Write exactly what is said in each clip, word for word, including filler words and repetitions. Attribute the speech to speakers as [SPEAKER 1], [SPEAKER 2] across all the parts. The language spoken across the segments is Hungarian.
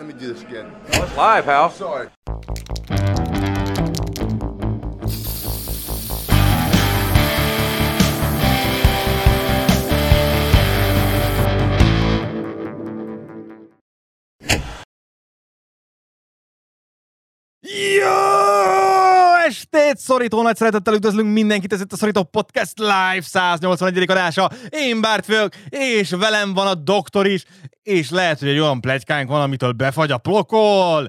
[SPEAKER 1] Let me do this again.
[SPEAKER 2] Oh, it's live, pal.
[SPEAKER 1] Sorry.
[SPEAKER 3] Jó estét! Szorító nagy szeretettel üdvözlünk mindenkit, ez itt a Szorító Podcast Live száznyolcvanegyedik adása. Én Bárt vagyok, és velem van a doktor is, és lehet, hogy egy olyan pletykánk van, amitől befagy a pokol.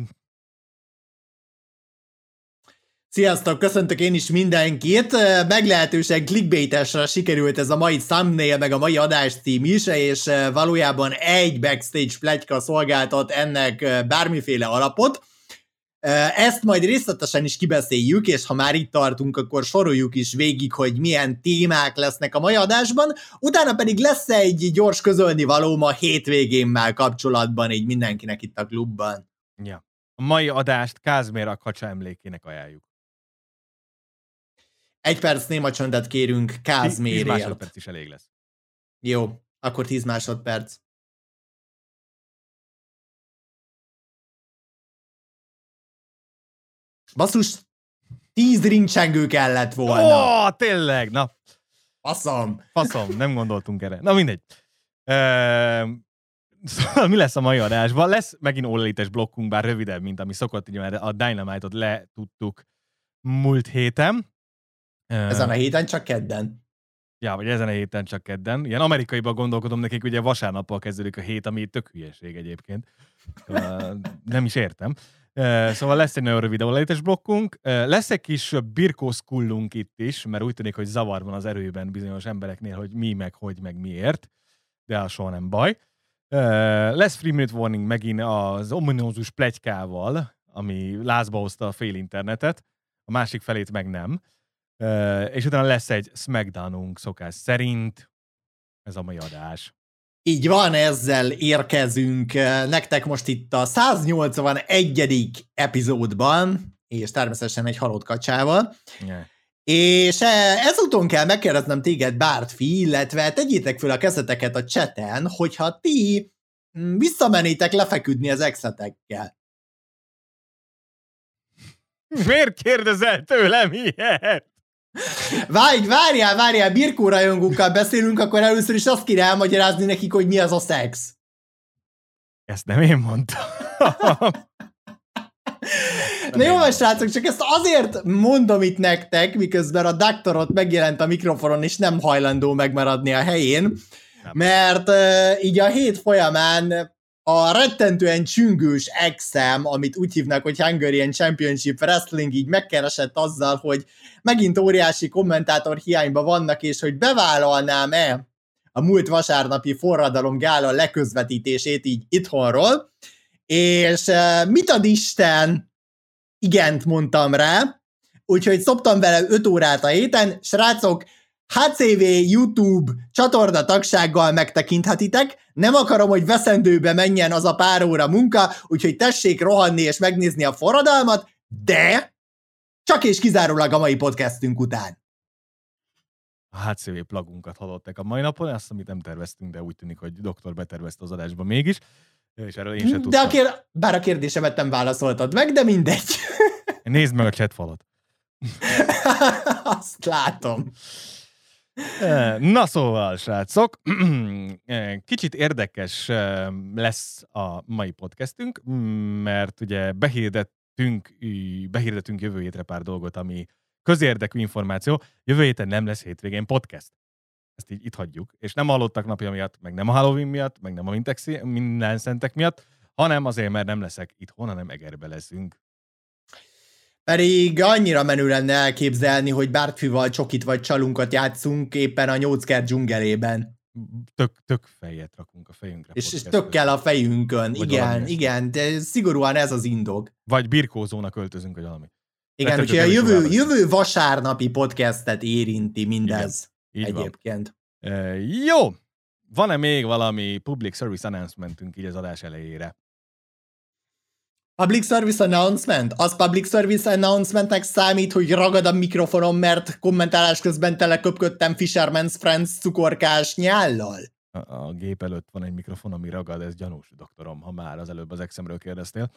[SPEAKER 4] Sziasztok, köszöntök én is mindenkit. Meglehetősen clickbaitesre sikerült ez a mai thumbnail, meg a mai adás cím is, és valójában egy backstage pletyka szolgáltat ennek bármiféle alapot. Ezt majd részletesen is kibeszéljük, és ha már itt tartunk, akkor soroljuk is végig, hogy milyen témák lesznek a mai adásban. Utána pedig lesz egy gyors közölnivalóm a hétvégémmel kapcsolatban, így mindenkinek itt a klubban.
[SPEAKER 3] Ja. A mai adást Kázmér Akacsa emlékének ajánljuk.
[SPEAKER 4] Egy perc néma csöndet kérünk Kázmérért.
[SPEAKER 3] tíz másodperc is elég lesz.
[SPEAKER 4] Jó, akkor tíz másodperc. Basszus, tíz ringcsengő kellett volna.
[SPEAKER 3] Ó, tényleg, na.
[SPEAKER 4] Faszom.
[SPEAKER 3] Faszom, nem gondoltunk erre. Na mindegy. Ehm... Szóval mi lesz a mai adásban? Lesz megint ólelétes blokkunk, bár rövidebb, mint ami szokott, ugye, mert a Dynamite-ot letudtuk múlt héten.
[SPEAKER 4] Ezen a héten csak kedden.
[SPEAKER 3] Ja, vagy ezen a héten csak kedden. Ilyen amerikaiban gondolkodom nekik, ugye vasárnappal kezdődik a hét, ami tök hülyeség egyébként. Nem is értem. Szóval lesz egy nagyon rövid ólelétes blokkunk. Lesz egy kis birkószkullunk itt is, mert úgy tűnik, hogy zavar van az erőben bizonyos embereknél, hogy mi, meg hogy, meg miért. De az soha nem baj. Uh, lesz Free Minute Warning megint az ominózus pletykával, ami lázba hozta a fél internetet, a másik felét meg nem. Uh, és utána lesz egy Smackdownunk szokás szerint. Ez a mai adás.
[SPEAKER 4] Így van, ezzel érkezünk nektek most itt a száznyolcvanegyedik epizódban, és természetesen egy halott kacsával.
[SPEAKER 3] Yeah.
[SPEAKER 4] És ezúton kell megkérdeznem téged, Bártfi, illetve tegyétek föl a kezeteket a chaten, hogyha ti visszamenétek lefeküdni az exetekkel.
[SPEAKER 3] Miért kérdezel tőlem ilyet?
[SPEAKER 4] Várj, várjál, várjál, birkó rajongókkal beszélünk, akkor először is azt kéne elmagyarázni nekik, hogy mi az a szex.
[SPEAKER 3] Ezt nem én mondtam.
[SPEAKER 4] Na jó, van, srácok, csak ezt azért mondom itt nektek, miközben a doktorot megjelent a mikrofonon, és nem hajlandó megmaradni a helyén, nem. Mert uh, így a hét folyamán a rettentően csüngős exem, amit úgy hívnak, hogy Hungarian Championship Wrestling, így megkeresett azzal, hogy megint óriási kommentátor hiányban vannak, és hogy bevállalnám-e a múlt vasárnapi forradalom gála leközvetítését így itthonról, és uh, mit ad Isten, igent mondtam rá, úgyhogy szoptam vele öt órát a héten. Srácok, há cé vé YouTube csatorna tagsággal megtekinthetitek, nem akarom, hogy veszendőbe menjen az a pár óra munka, úgyhogy tessék rohanni és megnézni a forradalmat, de csak és kizárólag a mai podcastünk után.
[SPEAKER 3] A há cé vé plugunkat hallották a mai napon, azt, amit nem terveztünk, de úgy tűnik, hogy doktor betervezte az adásba mégis. És erről én sem
[SPEAKER 4] de a kér... Bár a kérdésemet nem válaszoltad meg, de mindegy.
[SPEAKER 3] Nézd meg a chatfalat.
[SPEAKER 4] Azt látom.
[SPEAKER 3] Na szóval, srácok, kicsit érdekes lesz a mai podcastünk, mert ugye behirdettünk, behirdettünk jövő hétre pár dolgot, ami közérdekű információ. Jövő héten nem lesz hétvégén podcast. Ezt így itt hagyjuk. És nem a Hallottak napja miatt, meg nem a Halloween miatt, meg nem a Mintexi, minden szentek miatt, hanem azért, mert nem leszek itthon, hanem Egerbe leszünk.
[SPEAKER 4] Pedig annyira menő lenne elképzelni, hogy Bártfival csokit vagy csalunkat játszunk éppen a nyolckert dzsungelében.
[SPEAKER 3] Tök, tök fejet rakunk a fejünkre.
[SPEAKER 4] És, és tökkel a fejünkön. Vagy igen,
[SPEAKER 3] valami
[SPEAKER 4] igen, de szigorúan ez az indok.
[SPEAKER 3] Vagy birkózónak költözünk, vagy valami.
[SPEAKER 4] Igen, úgyhogy a jövő, jövő vasárnapi podcastet érinti mindez.
[SPEAKER 3] Igen,
[SPEAKER 4] egyébként.
[SPEAKER 3] E, jó! Van-e még valami public service announcementünk így az adás elejére?
[SPEAKER 4] Public service announcement? Az public service announcementnek számít, hogy ragad a mikrofonom, mert kommentálás közben teleköpködtem Fisherman's Friends cukorkás nyállal?
[SPEAKER 3] A, a gép előtt van egy mikrofon, ami ragad, ez gyanús, doktorom, ha már az előbb az exemről kérdeztél.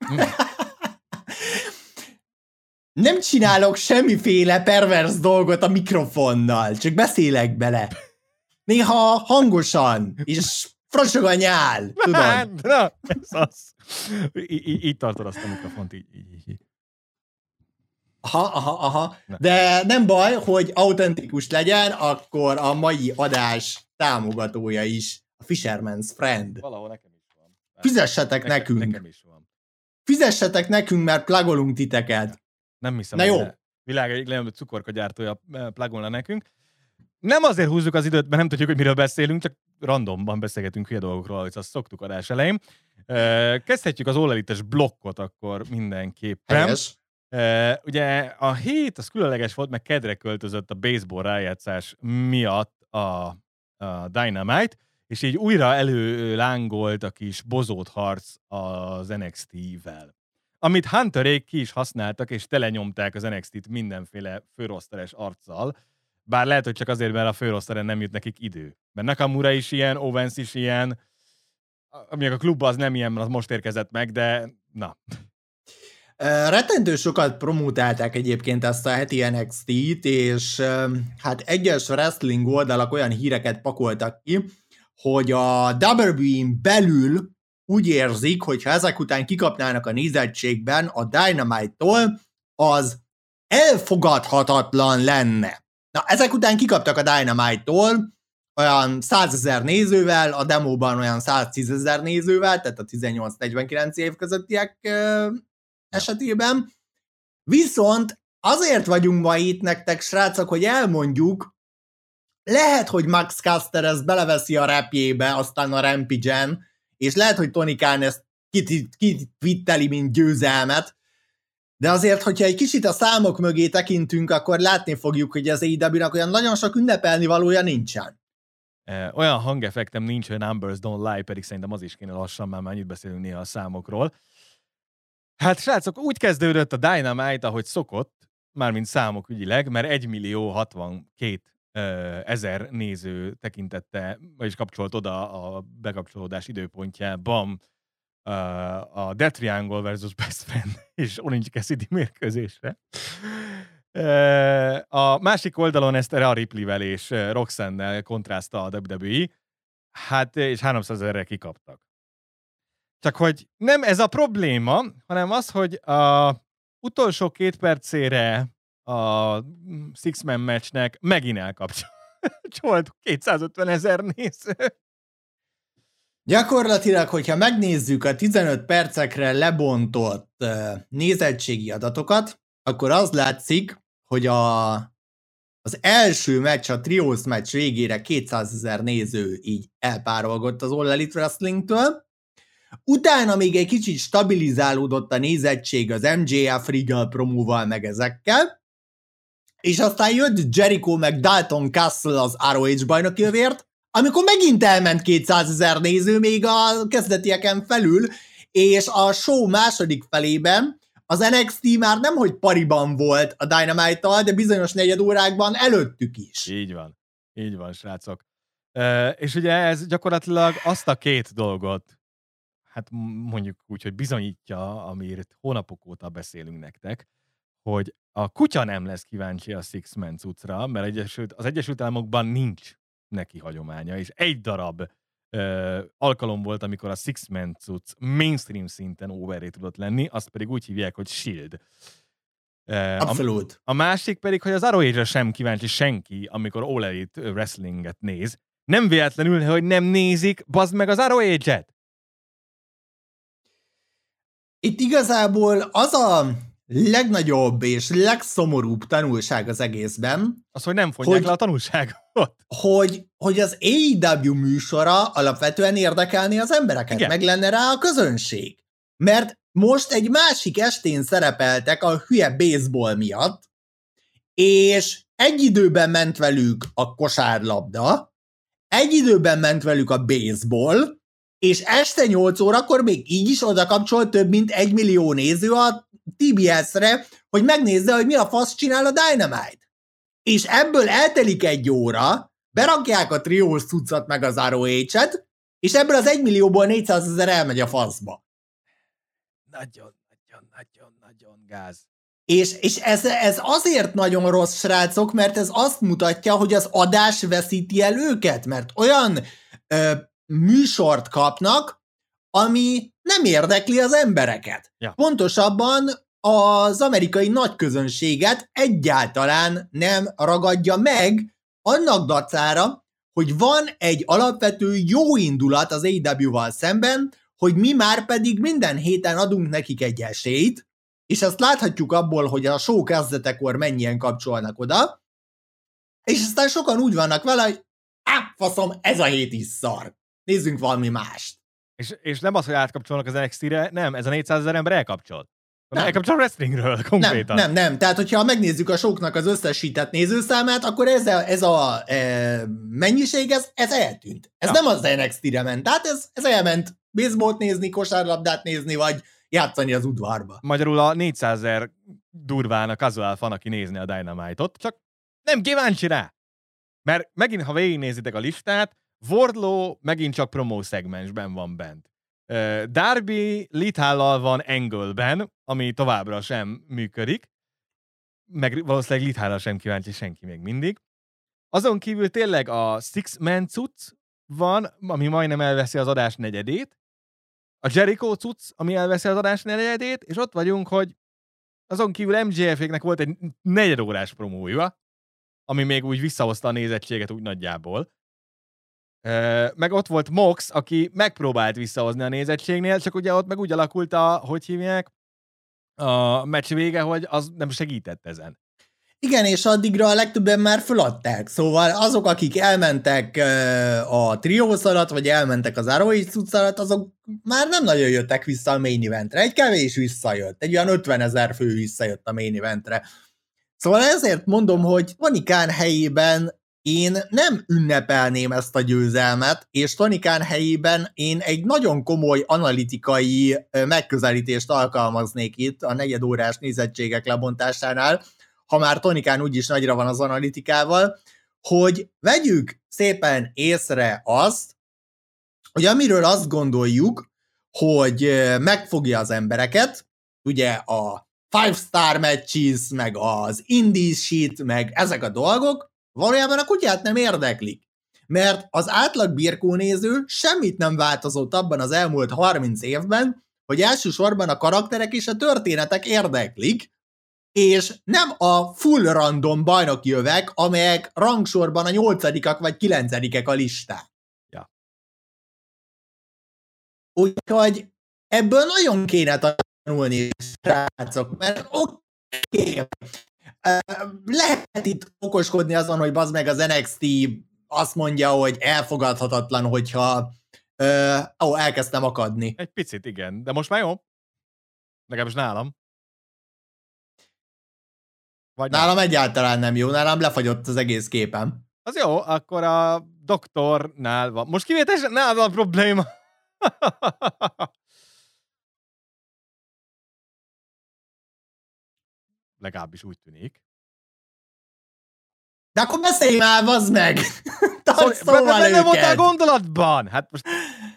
[SPEAKER 4] Nem csinálok semmiféle pervers dolgot a mikrofonnal, csak beszélek bele. Néha hangosan, és frosog a nyál, tudod?
[SPEAKER 3] Na, ez az. Í- így tartod azt a mikrofont, így, így, így.
[SPEAKER 4] Aha, aha, aha. De nem baj, hogy autentikus legyen, akkor a mai adás támogatója is, a Fisherman's Friend.
[SPEAKER 3] Valahol nekem is van.
[SPEAKER 4] Fizessetek
[SPEAKER 3] nekem,
[SPEAKER 4] nekünk.
[SPEAKER 3] Nekem is van.
[SPEAKER 4] Fizessetek nekünk, mert plugolunk titeket.
[SPEAKER 3] Nem hiszem,
[SPEAKER 4] Na jó.
[SPEAKER 3] hogy világ egyik legnagyobb cukorkagyártója plugolna nekünk. Nem azért húzzuk az időt, mert nem tudjuk, hogy miről beszélünk, csak randomban beszélgetünk hülye dolgokról, ahogy azt szoktuk adás elején. Kezdhetjük az All Elite-es blokkot akkor mindenképpen.
[SPEAKER 4] Helyes.
[SPEAKER 3] Uh, ugye a hét az különleges volt, meg kedre költözött a baseball rájátszás miatt a, a Dynamite, és így újra előlángolt a kis bozót harc az en iksz té-vel. Amit Hunterék ki is használtak, és telenyomták az en iksz té-t mindenféle főroszteres arccal, bár lehet, hogy csak azért, mert a főroszteren nem jut nekik idő. Mert Nakamura is ilyen, Owens is ilyen, amíg a klubban az nem ilyen, mert az most érkezett meg, de na...
[SPEAKER 4] Rettentő sokat promótálták egyébként ezt a heti en iksz té-t, és hát egyes wrestling oldalak olyan híreket pakoltak ki, hogy a dupla vé dupla vé é-n belül úgy érzik, hogy ha ezek után kikapnának a nézettségben a Dynamite-tól, az elfogadhatatlan lenne. Na, ezek után kikaptak a Dynamite-tól olyan százezer nézővel, a demóban olyan száztízezer nézővel, tehát a tizennyolc-negyvenkilenc év közöttiek esetében. Viszont azért vagyunk ma itt nektek, srácok, hogy elmondjuk, lehet, hogy Max Caster ezt beleveszi a rapjébe, aztán a Rampage-en, és lehet, hogy Tony Khan ezt kitvitteli, mint győzelmet, de azért, hogyha egy kicsit a számok mögé tekintünk, akkor látni fogjuk, hogy az á é dupla vé-nak olyan nagyon sok ünnepelni valója nincsen.
[SPEAKER 3] Olyan hangeffektem nincs, hogy Numbers Don't Lie, pedig szerintem az is kéne lassan, már annyit beszélünk néha a számokról. Hát srácok, úgy kezdődött a Dynamite, ahogy szokott, mármint számok ügyileg, mert egymillió hatvankét ezer néző tekintette, vagyis kapcsolt oda a bekapcsolódás időpontjában a Death Triangle versus Best Friend és Orange Cassidy mérkőzésre. A másik oldalon ezt Rhea Ripley-vel és Roxanne-nel kontrázta a dupla vé dupla vé é, hát és háromszázezerre kikaptak. Csak hogy nem ez a probléma, hanem az, hogy a utolsó két percére a Six-Man matchnek megint elkapcsolt kétszázötven ezer néző.
[SPEAKER 4] Gyakorlatilag, hogyha megnézzük a tizenöt percekre lebontott nézettségi adatokat, akkor az látszik, hogy a, az első meccs, a triós meccs végére kétszázezer néző így elpárolgott az All Elite Wrestling-től. Utána még egy kicsit stabilizálódott a nézettség az em jé ef Regal promóval meg ezekkel, és aztán jött Jericho meg Dalton Castle az er o há bajnoki övért, amikor megint elment kétszázezer néző még a kezdetieken felül, és a show második felében az en iksz té már nemhogy pariban volt a Dynamite-tal, de bizonyos negyed órákban előttük is.
[SPEAKER 3] Így van. Így van, srácok. E, és ugye ez gyakorlatilag azt a két dolgot, hát mondjuk úgy, hogy bizonyítja, amiért hónapok óta beszélünk nektek, hogy a kutya nem lesz kíváncsi a Six-Man cuccra, mert Egyesült, az Egyesült Államokban nincs neki hagyománya, és egy darab ö, alkalom volt, amikor a Six-Man cucc mainstream szinten overré tudott lenni, azt pedig úgy hívják, hogy Shield.
[SPEAKER 4] Abszolút.
[SPEAKER 3] A, a másik pedig, hogy az er o há-re sem kíváncsi senki, amikor All Elite Wrestlinget néz. Nem véletlenül, hogy nem nézik, bazd meg az er o há-et!
[SPEAKER 4] Itt igazából az a legnagyobb és legszomorúbb tanulság az egészben,
[SPEAKER 3] az, hogy nem fonják
[SPEAKER 4] hogy,
[SPEAKER 3] le a tanulságot.
[SPEAKER 4] Hogy, hogy az á é dupla vé műsora alapvetően érdekelni az embereket, igen. Meg lenne rá a közönség. Mert most egy másik estén szerepeltek a hülye baseball miatt, és egy időben ment velük a kosárlabda, egy időben ment velük a baseball, és este nyolc órakor még így is oda kapcsol több mint egy millió néző a té bé es-re, hogy megnézze, hogy mi a fasz csinál a Dynamite. És ebből eltelik egy óra, berakják a triós cuccat meg az er o há-et, és ebből az egy millióból négyszázezer elmegy a faszba.
[SPEAKER 3] Nagyon, nagyon, nagyon, nagyon gáz.
[SPEAKER 4] És, és ez, ez azért nagyon rossz, srácok, mert ez azt mutatja, hogy az adás veszíti el őket, mert olyan ö, műsort kapnak, ami nem érdekli az embereket.
[SPEAKER 3] Ja.
[SPEAKER 4] Pontosabban az amerikai nagyközönséget egyáltalán nem ragadja meg annak dacára, hogy van egy alapvető jó indulat az á é dupla vé-val szemben, hogy mi már pedig minden héten adunk nekik egy esélyt, és ezt láthatjuk abból, hogy a show kezdetekor mennyien kapcsolnak oda, és aztán sokan úgy vannak vele, hogy á, faszom, ez a hét is szar. Nézzünk valami mást.
[SPEAKER 3] És, és nem az, hogy átkapcsolnak az en iksz té-re, nem, ez a négyszázezer ember elkapcsolt.
[SPEAKER 4] Nem.
[SPEAKER 3] Elkapcsol a wrestlingről konkrétan.
[SPEAKER 4] Nem, nem, nem. Tehát, hogyha megnézzük a showknak az összesített nézőszámát, akkor ez a, ez a e, mennyiség, ez, ez eltűnt. Ez ja. nem az en iksz té-re ment. Tehát ez, ez elment baseballt nézni, kosárlabdát nézni, vagy játszani az udvarba.
[SPEAKER 3] Magyarul a négyszázezer durván a casual fan, aki nézni a Dynamite-ot, csak nem kíváncsi rá. Mert megint, ha végignézitek a listát, Wardlow megint csak promo szegmensben van bent. Uh, Darby Lithal-lal van Angle-ben, ami továbbra sem működik, meg valószínűleg Lithal-ra sem kíváncsi senki még mindig. Azon kívül tényleg a Six Man cucc van, ami majdnem elveszi az adás negyedét, a Jericho cucc, ami elveszi az adás negyedét, és ott vagyunk, hogy azon kívül em jé ef-éknek volt egy negyedórás promója, ami még úgy visszahozta a nézettséget úgy nagyjából. Uh, meg ott volt Mox, aki megpróbált visszahozni a nézettségnél, csak ugye ott meg úgy alakult a, hogy hívják, a meccs vége, hogy az nem segített ezen.
[SPEAKER 4] Igen, és addigra a legtöbben már föladták. Szóval azok, akik elmentek uh, a triós alatt, vagy elmentek az er o há cucc alatt, azok már nem nagyon jöttek vissza a main eventre. Egy kevés visszajött. Egy olyan ötvenezer fő visszajött a main eventre. Szóval ezért mondom, hogy Tony Khan helyében én nem ünnepelném ezt a győzelmet, és Tony Khan helyében én egy nagyon komoly analitikai megközelítést alkalmaznék itt a negyedórás nézettségek lebontásánál, ha már Tony Khan úgyis nagyra van az analitikával, hogy vegyük szépen észre azt, hogy amiről azt gondoljuk, hogy megfogja az embereket, ugye a five star matches, meg az indies shit, meg ezek a dolgok, valójában a kutyát nem érdeklik. Mert az átlag birkónéző semmit nem változott abban az elmúlt harminc évben, hogy elsősorban a karakterek és a történetek érdeklik, és nem a full random bajnoki jövek, amelyek rangsorban a nyolcadikak vagy kilencedikek a listán.
[SPEAKER 3] Ja.
[SPEAKER 4] Úgyhogy ebből nagyon kéne tanulni, srácok, mert oké, okay, lehet itt okoskodni azon, hogy bazd meg az en iksz té azt mondja, hogy elfogadhatatlan, hogyha uh, ó, elkezdtem akadni.
[SPEAKER 3] Egy picit, igen, de most már jó. Legalábbis nálam. Vagy
[SPEAKER 4] nálam
[SPEAKER 3] nem.
[SPEAKER 4] Egyáltalán nem jó, nálam lefagyott az egész képem.
[SPEAKER 3] Az jó, akkor a doktornál van. Most kivételesen nálad a probléma. Legalábbis úgy tűnik.
[SPEAKER 4] De akkor beszélj már, bazd meg! Tarts
[SPEAKER 3] szóval
[SPEAKER 4] szóval
[SPEAKER 3] nem volt a
[SPEAKER 4] őket!
[SPEAKER 3] gondolatban! Hát most...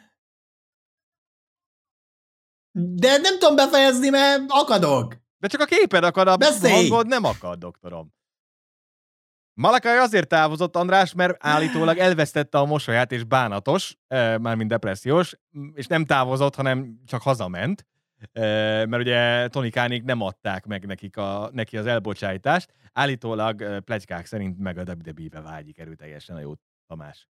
[SPEAKER 4] De nem tudom befejezni, mert akadok.
[SPEAKER 3] De csak a képed akad, a
[SPEAKER 4] Beszélj!
[SPEAKER 3] hangod nem akad, doktorom. Malakai azért távozott, András, mert állítólag elvesztette a mosolyát, és bánatos, mármint depressziós, és nem távozott, hanem csak hazament, mert ugye Tony Khanék nem adták meg nekik a, neki az elbocsájtást. Állítólag pletykák szerint meg a dupla vé dupla vé-be vágyik erőteljesen a jó Tamás.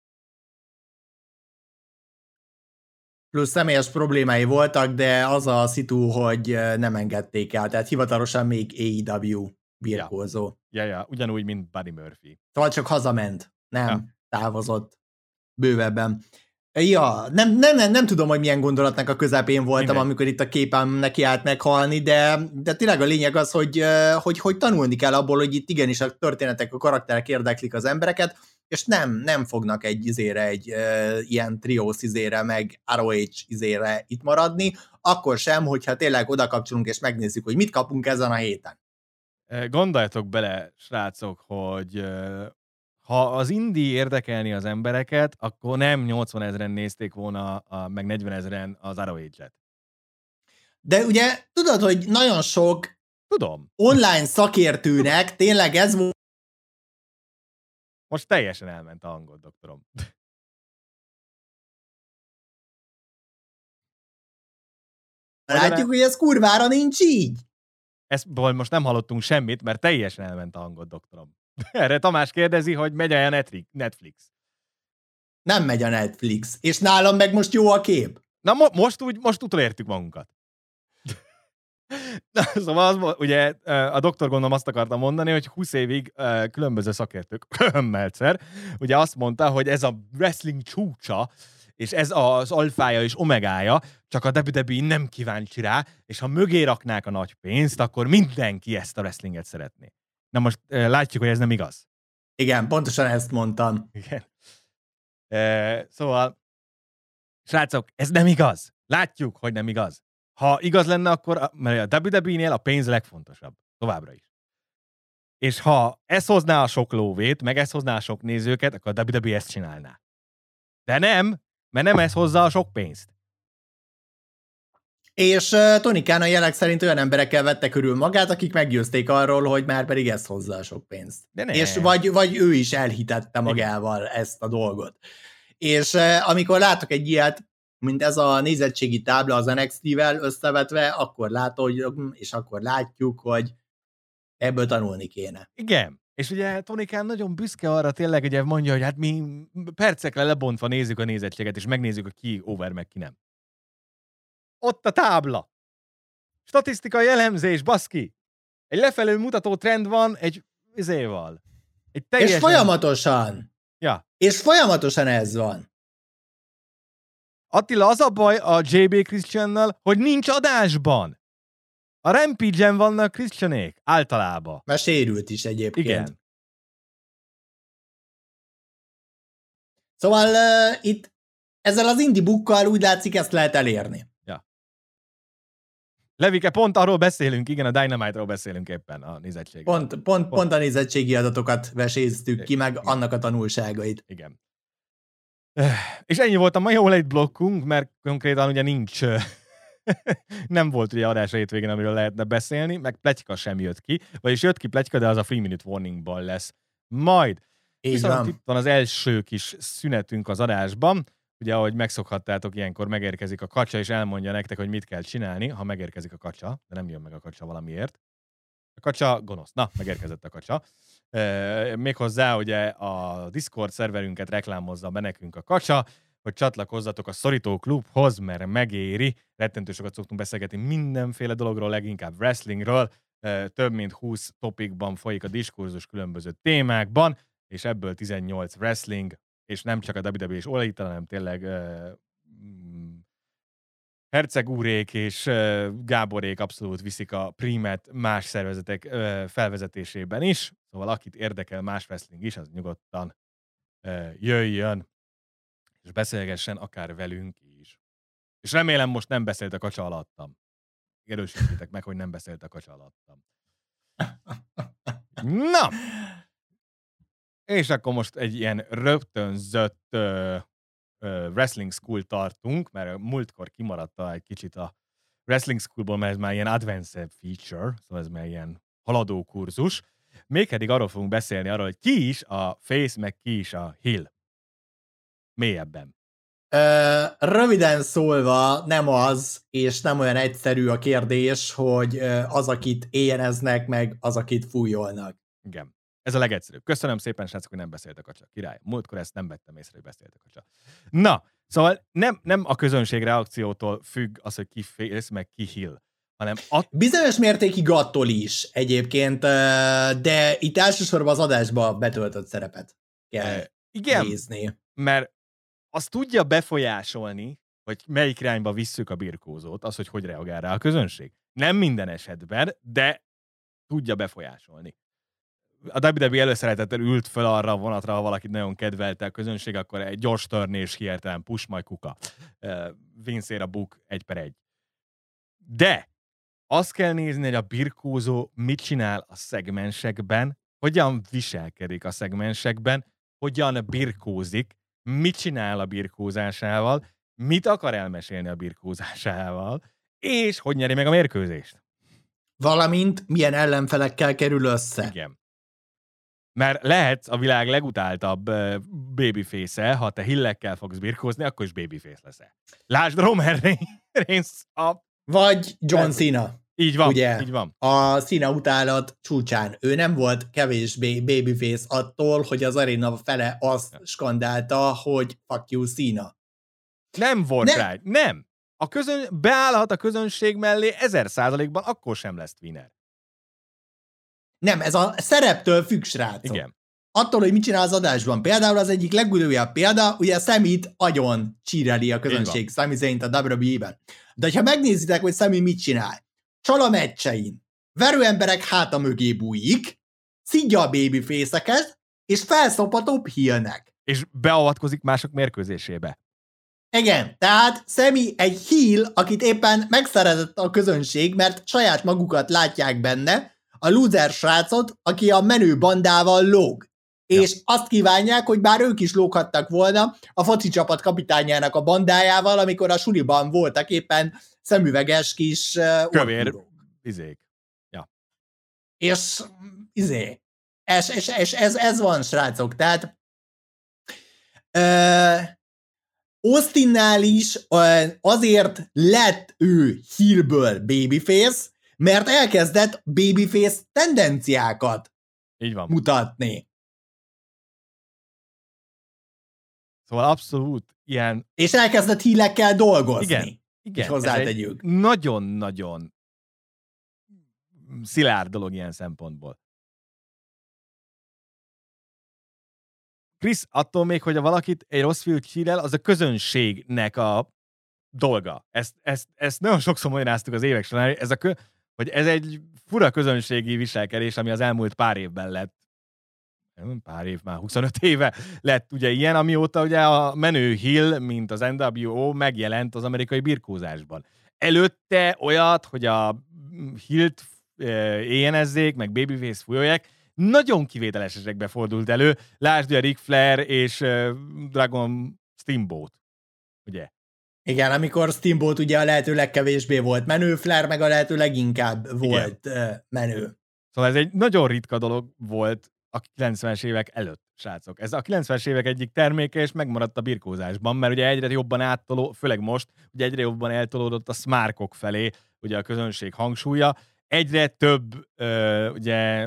[SPEAKER 4] Plusz személyes problémái voltak, de az a szitu, hogy nem engedték el, tehát hivatalosan még á é dupla vé birkózó.
[SPEAKER 3] Ja, ja, ugyanúgy, mint Buddy Murphy.
[SPEAKER 4] Szóval csak hazament, nem
[SPEAKER 3] ja.
[SPEAKER 4] távozott bővebben. Ja, nem, nem, nem, nem tudom, hogy milyen gondolatnak a közepén voltam, Minden. amikor itt a képem neki állt meghalni, de, de tényleg a lényeg az, hogy, hogy, hogy tanulni kell abból, hogy itt igenis a történetek, a karakterek érdeklik az embereket, és nem, nem fognak egy izére, egy uh, ilyen triós izére, meg er o há izére itt maradni, akkor sem, hogyha tényleg oda kapcsolunk és megnézzük, hogy mit kapunk ezen a héten.
[SPEAKER 3] Gondoljatok bele, srácok, hogy ha az indie érdekelni az embereket, akkor nem nyolcvan ezeren nézték volna, a, meg negyven ezeren az Arrow Age-et.
[SPEAKER 4] De ugye tudod, hogy nagyon sok
[SPEAKER 3] Tudom.
[SPEAKER 4] online szakértőnek tényleg ez volt.
[SPEAKER 3] Most teljesen elment a hangod, doktorom.
[SPEAKER 4] Látjuk, hogy ez kurvára nincs így.
[SPEAKER 3] Ezt most nem hallottunk semmit, mert teljesen elment a hangod, doktorom. Erre Tamás kérdezi, hogy megy-e a Netflix.
[SPEAKER 4] Nem megy a Netflix. És nálam meg most jó a kép.
[SPEAKER 3] Na mo- most úgy, most utolértük magunkat. Na, szóval az, ugye a doktor gondolom azt akarta mondani, hogy húsz évig különböző szakértők, Meltzer, ugye azt mondta, hogy ez a wrestling csúcsa, és ez az alfája és omegája, csak a dupla vé dupla vé nem kíváncsi rá, és ha mögé raknák a nagy pénzt, akkor mindenki ezt a wrestlinget szeretné. Na most látjuk, hogy ez nem igaz.
[SPEAKER 4] Igen, pontosan ezt mondtam.
[SPEAKER 3] Igen. E, szóval, srácok, ez nem igaz. Látjuk, hogy nem igaz. Ha igaz lenne, akkor, mert a dupla vé dupla vé-nél a pénz legfontosabb. Továbbra is. És ha ez hozná a sok lóvét, meg ez hozná a sok nézőket, akkor a dupla vé dupla vé ezt csinálná. De nem, mert nem ez hozza a sok pénzt.
[SPEAKER 4] És uh, Tony Khan a jelek szerint olyan emberekkel vette körül magát, akik meggyőzték arról, hogy már pedig ez hozza a sok pénzt.
[SPEAKER 3] De nem.
[SPEAKER 4] És vagy, vagy ő is elhitette magával Igen. ezt a dolgot. És uh, amikor látok egy ilyet, mint ez a nézettségi tábla az en iksz té-vel összevetve, akkor látod, és akkor látjuk, hogy ebből tanulni kéne.
[SPEAKER 3] Igen. És ugye Tony Khan nagyon büszke arra tényleg, ugye mondja, hogy hát mi percekre lebontva nézzük a nézettséget, és megnézzük, hogy ki over, meg ki nem. Ott a tábla. Statisztikai elemzés, baszki. Egy lefelé mutató trend van egy izéval. Egy teljesen...
[SPEAKER 4] És folyamatosan.
[SPEAKER 3] Ja.
[SPEAKER 4] És folyamatosan ez van.
[SPEAKER 3] Attila, az a baj a jé bé Christiannal, hogy nincs adásban. A Rampage-en vannak Christianék, általában.
[SPEAKER 4] Mert sérült is egyébként.
[SPEAKER 3] Igen.
[SPEAKER 4] Szóval uh, itt ezzel az indie bookkal úgy látszik, ezt lehet elérni.
[SPEAKER 3] Ja. Levike, pont arról beszélünk, igen, a Dynamite-ról beszélünk éppen a nézettségről.
[SPEAKER 4] Pont, pont, pont. pont a nézettségi adatokat veséztük ki, meg igen. annak a tanulságait.
[SPEAKER 3] Igen. És ennyi volt a mai All Elite blokkunk, mert konkrétan ugye nincs, nem volt ugye adás a hétvégén, amiről lehetne beszélni, meg pletyka sem jött ki, vagyis jött ki pletyka, de az a Free Minute Warningban lesz majd.
[SPEAKER 4] Így
[SPEAKER 3] Viszont
[SPEAKER 4] van.
[SPEAKER 3] itt van az első kis szünetünk az adásban, ugye ahogy megszokhattátok, ilyenkor megérkezik a kacsa, és elmondja nektek, hogy mit kell csinálni, ha megérkezik a kacsa, de nem jön meg a kacsa valamiért. A kacsa gonosz. Na, megérkezett a kacsa. E, méghozzá ugye a Discord szerverünket reklámozza be nekünk a kacsa, hogy csatlakozzatok a Szorító Klubhoz, mert megéri. Rettentő sokat szoktunk beszélgetni mindenféle dologról, leginkább wrestlingről. E, több mint húsz topikban folyik a diskurzus különböző témákban, és ebből tizennyolc wrestling, és nem csak a dupla vé dupla vé és All Elite, hanem tényleg uh, Herceg úrék és uh, Gáborék abszolút viszik a prímet más szervezetek uh, felvezetésében is, szóval akit érdekel más wrestling is, az nyugodtan uh, jöjjön, és beszélgessen akár velünk is. És remélem most nem beszélt a kacsa alattam. Erősítétek meg, hogy nem beszélt a kacsa alattam. Na! És akkor most egy ilyen rögtönzött uh, uh, wrestling school tartunk, mert múltkor kimaradt egy kicsit a wrestling schoolból, mert ez már ilyen advanced feature, szóval ez már ilyen haladó kurzus. Még pedig arról fogunk beszélni, arról, hogy ki is a face, meg ki is a heel. Mélyebben.
[SPEAKER 4] Ö, röviden szólva nem az, és nem olyan egyszerű a kérdés, hogy az, akit éjjeneznek, meg az, akit fújolnak.
[SPEAKER 3] Igen. Ez a legegyszerűbb. Köszönöm szépen, srácok, hogy nem beszéltek a csa. Király. Múltkor ezt nem vettem észre, hogy beszéltek a csa. Na, szóval nem, nem a közönség reakciótól függ az, hogy ki face, meg ki heel, hanem at-
[SPEAKER 4] bizonyos mértékig attól is egyébként, de itt elsősorban az adásba betöltött szerepet kell
[SPEAKER 3] e, igen,
[SPEAKER 4] nézni.
[SPEAKER 3] Mert azt tudja befolyásolni, hogy melyik irányba visszük a birkózót, az, hogy hogy reagál rá a közönség. Nem minden esetben, de tudja befolyásolni. A dupla vé dupla vé előszeretettel ült fel arra a vonatra, ha valakit nagyon kedvelte a közönség, akkor egy gyors törnés, hirtelen push, majd kuka. Uh, Vince-ér a book egy per egy. De azt kell nézni, hogy a birkózó mit csinál a szegmensekben, hogyan viselkedik a szegmensekben, hogyan birkózik, mit csinál a birkózásával, mit akar elmesélni a birkózásával, és hogy nyeri meg a mérkőzést.
[SPEAKER 4] Valamint milyen ellenfelekkel kerül össze.
[SPEAKER 3] Igen. Mert lehetsz a világ legutáltabb uh, babyface-e, ha te hillekkel fogsz birkózni, akkor is babyface leszel. Lásd Roman Reigns a...
[SPEAKER 4] Vagy John Cena.
[SPEAKER 3] Így van,
[SPEAKER 4] ugye,
[SPEAKER 3] így van.
[SPEAKER 4] A Cena utálat csúcsán. Ő nem volt kevésbé babyface attól, hogy az aréna fele azt ja. skandálta, hogy fuck you Cena.
[SPEAKER 3] Nem volt rá. Nem. A közön... Beállhat a közönség mellé ezer százalékban, akkor sem lesz winner.
[SPEAKER 4] Nem, ez a szereptől függ, srácok.
[SPEAKER 3] Igen.
[SPEAKER 4] Attól, hogy mit csinál az adásban. Például az egyik legújabb példa, ugye Samit agyon csíreli a közönség Sami Zayn-t a dupla vé dupla é-ben. De ha megnézitek, hogy Sami mit csinál, csal a meccsein, verőemberek háta mögé bújik, szidja a babyface-eket, és felszop a top heel-nek.
[SPEAKER 3] És beavatkozik mások mérkőzésébe.
[SPEAKER 4] Igen, tehát Sami egy heel, akit éppen megszeretett a közönség, mert saját magukat látják benne, a loser srácot, aki a menő bandával lóg. Ja. És azt kívánják, hogy bár ők is lóghattak volna a foci csapat kapitányának a bandájával, amikor a suliban voltak éppen szemüveges kis uh,
[SPEAKER 3] kövér orkulók. Izék. Ja.
[SPEAKER 4] És izé, és, és, és ez, ez van, srácok. Tehát uh, Austinnál is uh, azért lett ő heelből babyface, mert elkezdett babyface tendenciákat
[SPEAKER 3] így van.
[SPEAKER 4] mutatni.
[SPEAKER 3] Szóval abszolút ilyen...
[SPEAKER 4] És elkezdett hílekkel dolgozni.
[SPEAKER 3] Igen, igen.
[SPEAKER 4] Hozzátegyük.
[SPEAKER 3] Nagyon-nagyon szilárd dolog ilyen szempontból. Krisz, attól még, hogy a valakit egy rossz fiút hírel, az a közönségnek a dolga. Ezt, ezt, ezt nagyon sokszor magyaráztuk az évek során, ez a kö... hogy ez egy fura közönségi viselkedés, ami az elmúlt pár évben lett, pár év, már huszonöt éve lett ugye ilyen, amióta ugye a menő heel, mint az en dupla vé o megjelent az amerikai birkózásban. Előtte olyat, hogy a heelt éjjenezzék, meg babyface fújolják, nagyon kivételes esetekbe fordult elő. Lásd, a Ric Flair és Dragon Steamboat, ugye?
[SPEAKER 4] Igen, amikor Steamboat ugye a lehető legkevésbé volt menő, Flair meg a lehető leginkább volt igen. menő.
[SPEAKER 3] Szóval ez egy nagyon ritka dolog volt a kilencvenes évek előtt, srácok. Ez a kilencvenes évek egyik terméke, és megmaradt a birkózásban, mert ugye egyre jobban áttoló, főleg most, ugye egyre jobban eltolódott a smárkok felé, ugye a közönség hangsúlya. Egyre több ö, ugye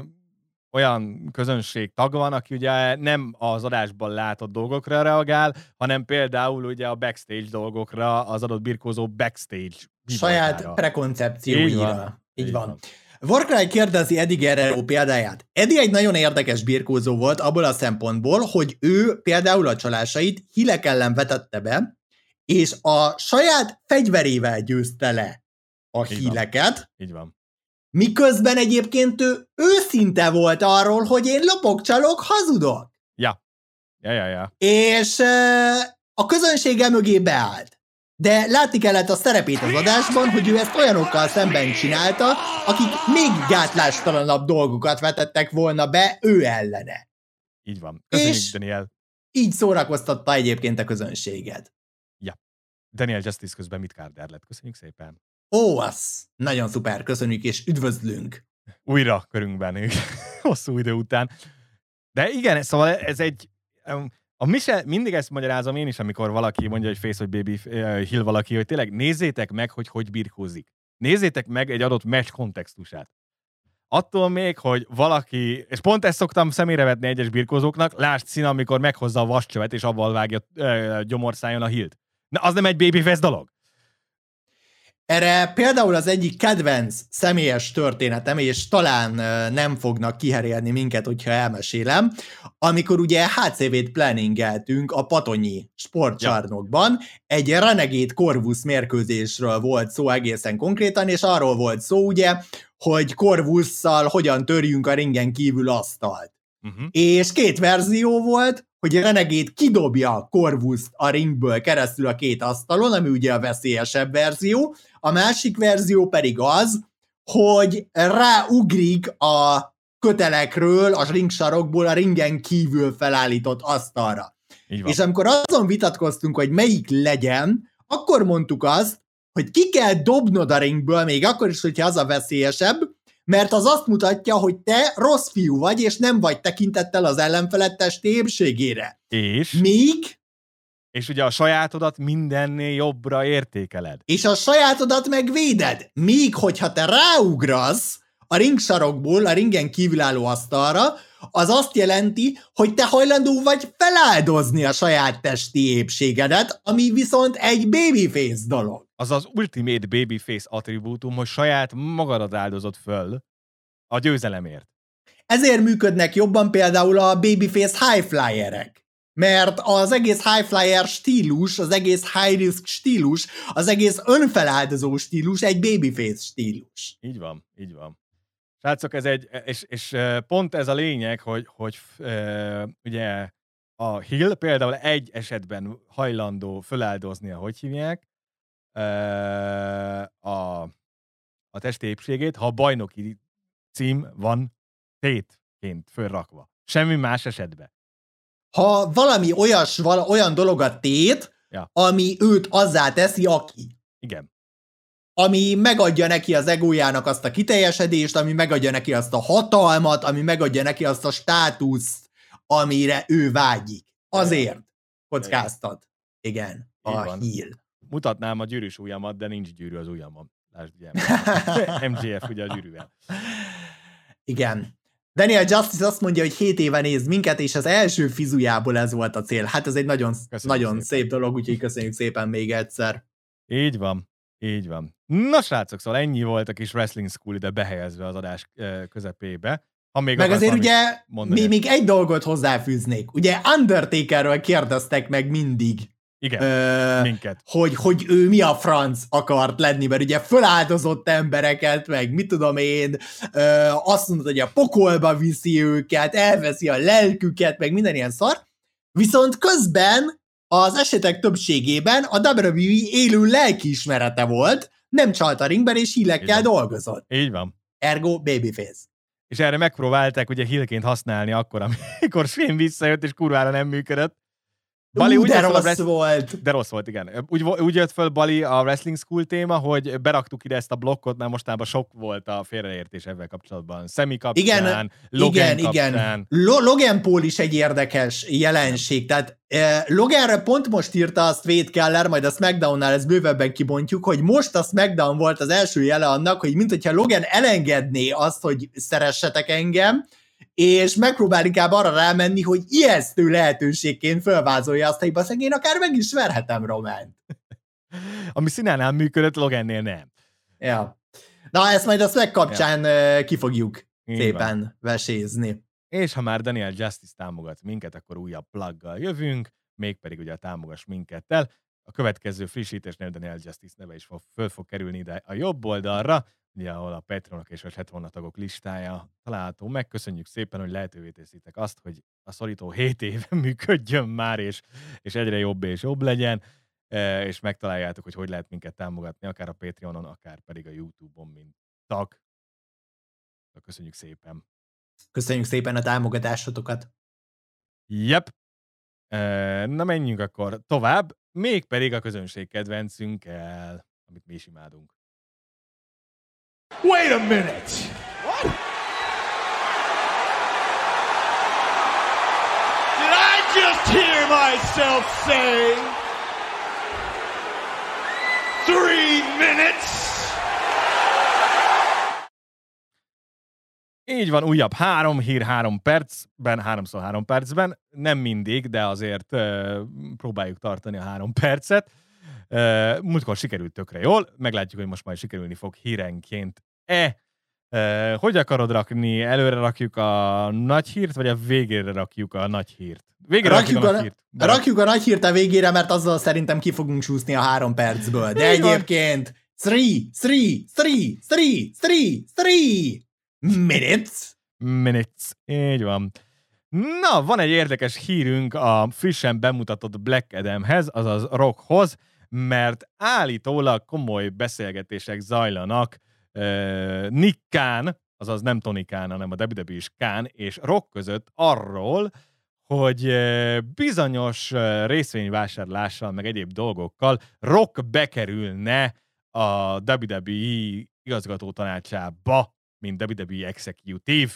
[SPEAKER 3] olyan közönség tag van, aki ugye nem az adásban látott dolgokra reagál, hanem például ugye a backstage dolgokra, az adott birkózó backstage
[SPEAKER 4] saját prekoncepcióira. Így van. Így van. van. Warcry kérdezi Eddie Guerrero példáját. Eddie egy nagyon érdekes birkózó volt abból a szempontból, hogy ő például a csalásait hílek ellen vetette be, és a saját fegyverével győzte le a Így híleket.
[SPEAKER 3] Van. Így van.
[SPEAKER 4] Miközben egyébként ő őszinte volt arról, hogy én lopok, csalok, hazudok.
[SPEAKER 3] Ja. Ja, ja, ja.
[SPEAKER 4] És uh, a közönsége mögé beállt. De látni kellett a szerepét az adásban, hogy ő ezt olyanokkal szemben csinálta, akik még gátlástalanabb dolgokat vetettek volna be ő ellene.
[SPEAKER 3] Így van. Köszönjük,
[SPEAKER 4] és
[SPEAKER 3] Daniel.
[SPEAKER 4] Így szórakoztatta egyébként a közönséget.
[SPEAKER 3] Ja. Daniel Justice közben mit kárder lett. Köszönjük szépen.
[SPEAKER 4] Ó, az nagyon szuper, köszönjük és üdvözlünk.
[SPEAKER 3] Újra körünkben, hosszú idő után. De igen, szóval ez egy... A Michel, mindig ezt magyarázom én is, amikor valaki mondja, hogy face vagy baby uh, hill valaki, hogy tényleg nézzétek meg, hogy hogy birkózik. Nézzétek meg egy adott meccs kontextusát. Attól még, hogy valaki, és pont ezt szoktam szemére vetni egyes birkózóknak, lásd Cena, amikor meghozza a vascsövet, és avval vágja uh, gyomorszájon a hillt. Na, az nem egy babyface dolog.
[SPEAKER 4] Erre például az egyik kedvenc személyes történetem, és talán nem fognak kiherélni minket, hogyha elmesélem, amikor ugye há cé vét planningeltünk a Patonyi sportcsarnokban, ja. Egy Renegade Corvus mérkőzésről volt szó egészen konkrétan, és arról volt szó ugye, hogy Corvusszal hogyan törjünk a ringen kívül asztalt. Uh-huh. És két verzió volt, hogy Renegade kidobja Corvust a ringből keresztül a két asztalon, ami ugye a veszélyesebb verzió, a másik verzió pedig az, hogy ráugrik a kötelekről a ringsarokból a ringen kívül felállított asztalra. És amikor azon vitatkoztunk, hogy melyik legyen, akkor mondtuk azt, hogy ki kell dobnod a ringből, még akkor is, hogyha az a veszélyesebb, mert az azt mutatja, hogy te rossz fiú vagy, és nem vagy tekintettel az ellenfeled testi épségére.
[SPEAKER 3] És?
[SPEAKER 4] Míg?
[SPEAKER 3] És ugye a sajátodat mindennél jobbra értékeled.
[SPEAKER 4] És a sajátodat megvéded. Míg, hogyha te ráugrasz a ringsarokból a ringen kívülálló asztalra, az azt jelenti, hogy te hajlandó vagy feláldozni a saját testi épségedet, ami viszont egy babyface dolog.
[SPEAKER 3] Az az ultimate babyface attribútum, hogy saját magadat áldozod föl a győzelemért.
[SPEAKER 4] Ezért működnek jobban például a babyface highflyerek. Mert az egész highflyer stílus, az egész high risk stílus, az egész önfeláldozó stílus egy babyface stílus.
[SPEAKER 3] Így van, így van. Srácok, ez egy, és, és pont ez a lényeg, hogy, hogy uh, ugye a heel például egy esetben hajlandó föláldozni, ahogy hívják, uh, a, a testi épségét, ha a bajnoki cím van tétként fölrakva. Semmi más esetben.
[SPEAKER 4] Ha valami olyas, vala, olyan dolog a tét,
[SPEAKER 3] ja.
[SPEAKER 4] ami őt azzá teszi, aki.
[SPEAKER 3] Igen.
[SPEAKER 4] Ami megadja neki az egójának azt a kiteljesedést, ami megadja neki azt a hatalmat, ami megadja neki azt a státuszt, amire ő vágyik. Azért kockáztat. Igen, a heel.
[SPEAKER 3] Mutatnám a gyűrűs ujjamat, de nincs gyűrű az ujjamon. Lásd, ugye, em jé ef ugye a gyűrűvel.
[SPEAKER 4] Igen. Daniel Justice azt mondja, hogy hét éve néz minket, és az első fizujából ez volt a cél. Hát ez egy nagyon, nagyon szép dolog, úgyhogy köszönjük szépen még egyszer.
[SPEAKER 3] Így van. Így van. Na srácok, szóval ennyi volt a kis Wrestling School ide behelyezve az adás közepébe. Ha még
[SPEAKER 4] meg azért ugye mi még egy dolgot hozzáfűznék. Ugye Undertakerről kérdeztek meg mindig.
[SPEAKER 3] Igen,
[SPEAKER 4] ö,
[SPEAKER 3] minket.
[SPEAKER 4] Hogy, hogy ő mi a franc akart lenni, mert ugye föláldozott embereket, meg mit tudom én, ö, azt mondod, hogy a pokolba viszi őket, elveszi a lelküket, meg minden ilyen szar. Viszont közben az esetek többségében a dupla vé dupla vé e élő lelkiismerete volt, nem csalt a ringben, és hílekkel dolgozott.
[SPEAKER 3] Így van.
[SPEAKER 4] Ergo babyface.
[SPEAKER 3] És erre megpróbálták ugye heelként használni akkor, amikor Shane visszajött, és kurvára nem működött.
[SPEAKER 4] Bali, úgy de rossz rest... volt.
[SPEAKER 3] De rossz volt, igen. Úgy, úgy jött föl Bali a Wrestling School téma, hogy beraktuk ide ezt a blokkot, mert mostában sok volt a félreértés ebben kapcsolatban. Semi kapcsán,
[SPEAKER 4] igen,
[SPEAKER 3] Logan
[SPEAKER 4] igen,
[SPEAKER 3] kapcsán.
[SPEAKER 4] Igen. Logan Paul is egy érdekes jelenség. Tehát eh, Loganre pont most írta azt Wade Keller, majd a SmackDown-nál ezt bővebben kibontjuk, hogy most a SmackDown volt az első jele annak, hogy mint hogyha Logan elengedné azt, hogy szeressetek engem, és megpróbál inkább arra rámenni, hogy ijesztő lehetőségként felvázolja azt, hogy baszeg, én akár meg is verhetem Románt.
[SPEAKER 3] Ami Sinánál működött, Logannél nem.
[SPEAKER 4] Ja. Na, ezt majd a Slack kapcsán ja. ki fogjuk Így szépen van. vesézni.
[SPEAKER 3] És ha már Daniel Justice támogat minket, akkor újabb pluggal jövünk, mégpedig ugye támogass minkettel. A következő frissítésnél Daniel Justice neve is fog, föl fog kerülni ide a jobb oldalra, ugye, ahol a Patreonok és a Chatron tagok listája található. Megköszönjük szépen, hogy lehetővé teszitek azt, hogy a szorító hét éve működjön már, és, és egyre jobb és jobb legyen, és megtaláljátok, hogy hogy lehet minket támogatni, akár a Patreonon, akár pedig a YouTube-on, mint tag. Köszönjük szépen.
[SPEAKER 4] Köszönjük szépen a támogatásotokat.
[SPEAKER 3] Jep. Na menjünk akkor tovább, mégpedig a közönség kedvencünkkel, amit mi is imádunk.
[SPEAKER 1] Wait a minute! What? Did I just hear myself say three minutes?
[SPEAKER 3] Így van, újabb három hír három percben, háromszor három percben, nem mindig, de azért uh, próbáljuk tartani a három percet. Uh, múltkor sikerült tökre jól, meglátjuk, hogy most majd sikerülni fog hírenként-e. Uh, hogy akarod rakni? Előre rakjuk a nagy hírt, vagy a végére rakjuk a nagy hírt? Végére
[SPEAKER 4] rakjuk, rakjuk a, a nagy hírt. Rakjuk a nagy hírt a végére, mert azzal szerintem ki fogunk csúszni a három percből. De Így egyébként three, three, three, three, three, three minutes.
[SPEAKER 3] Minutes. Így van. Na, van egy érdekes hírünk a frissen bemutatott Black Adamhez, azaz Rockhoz, mert állítólag komoly beszélgetések zajlanak uh, Nick Khan, azaz nem Tony Khan, hanem a dupla vé dupla vé-s Khan és Rock között arról, hogy bizonyos részvényvásárlással, meg egyéb dolgokkal Rock bekerülne a dupla vé dupla vé igazgató tanácsába, mint dupla vé dupla vé Executive.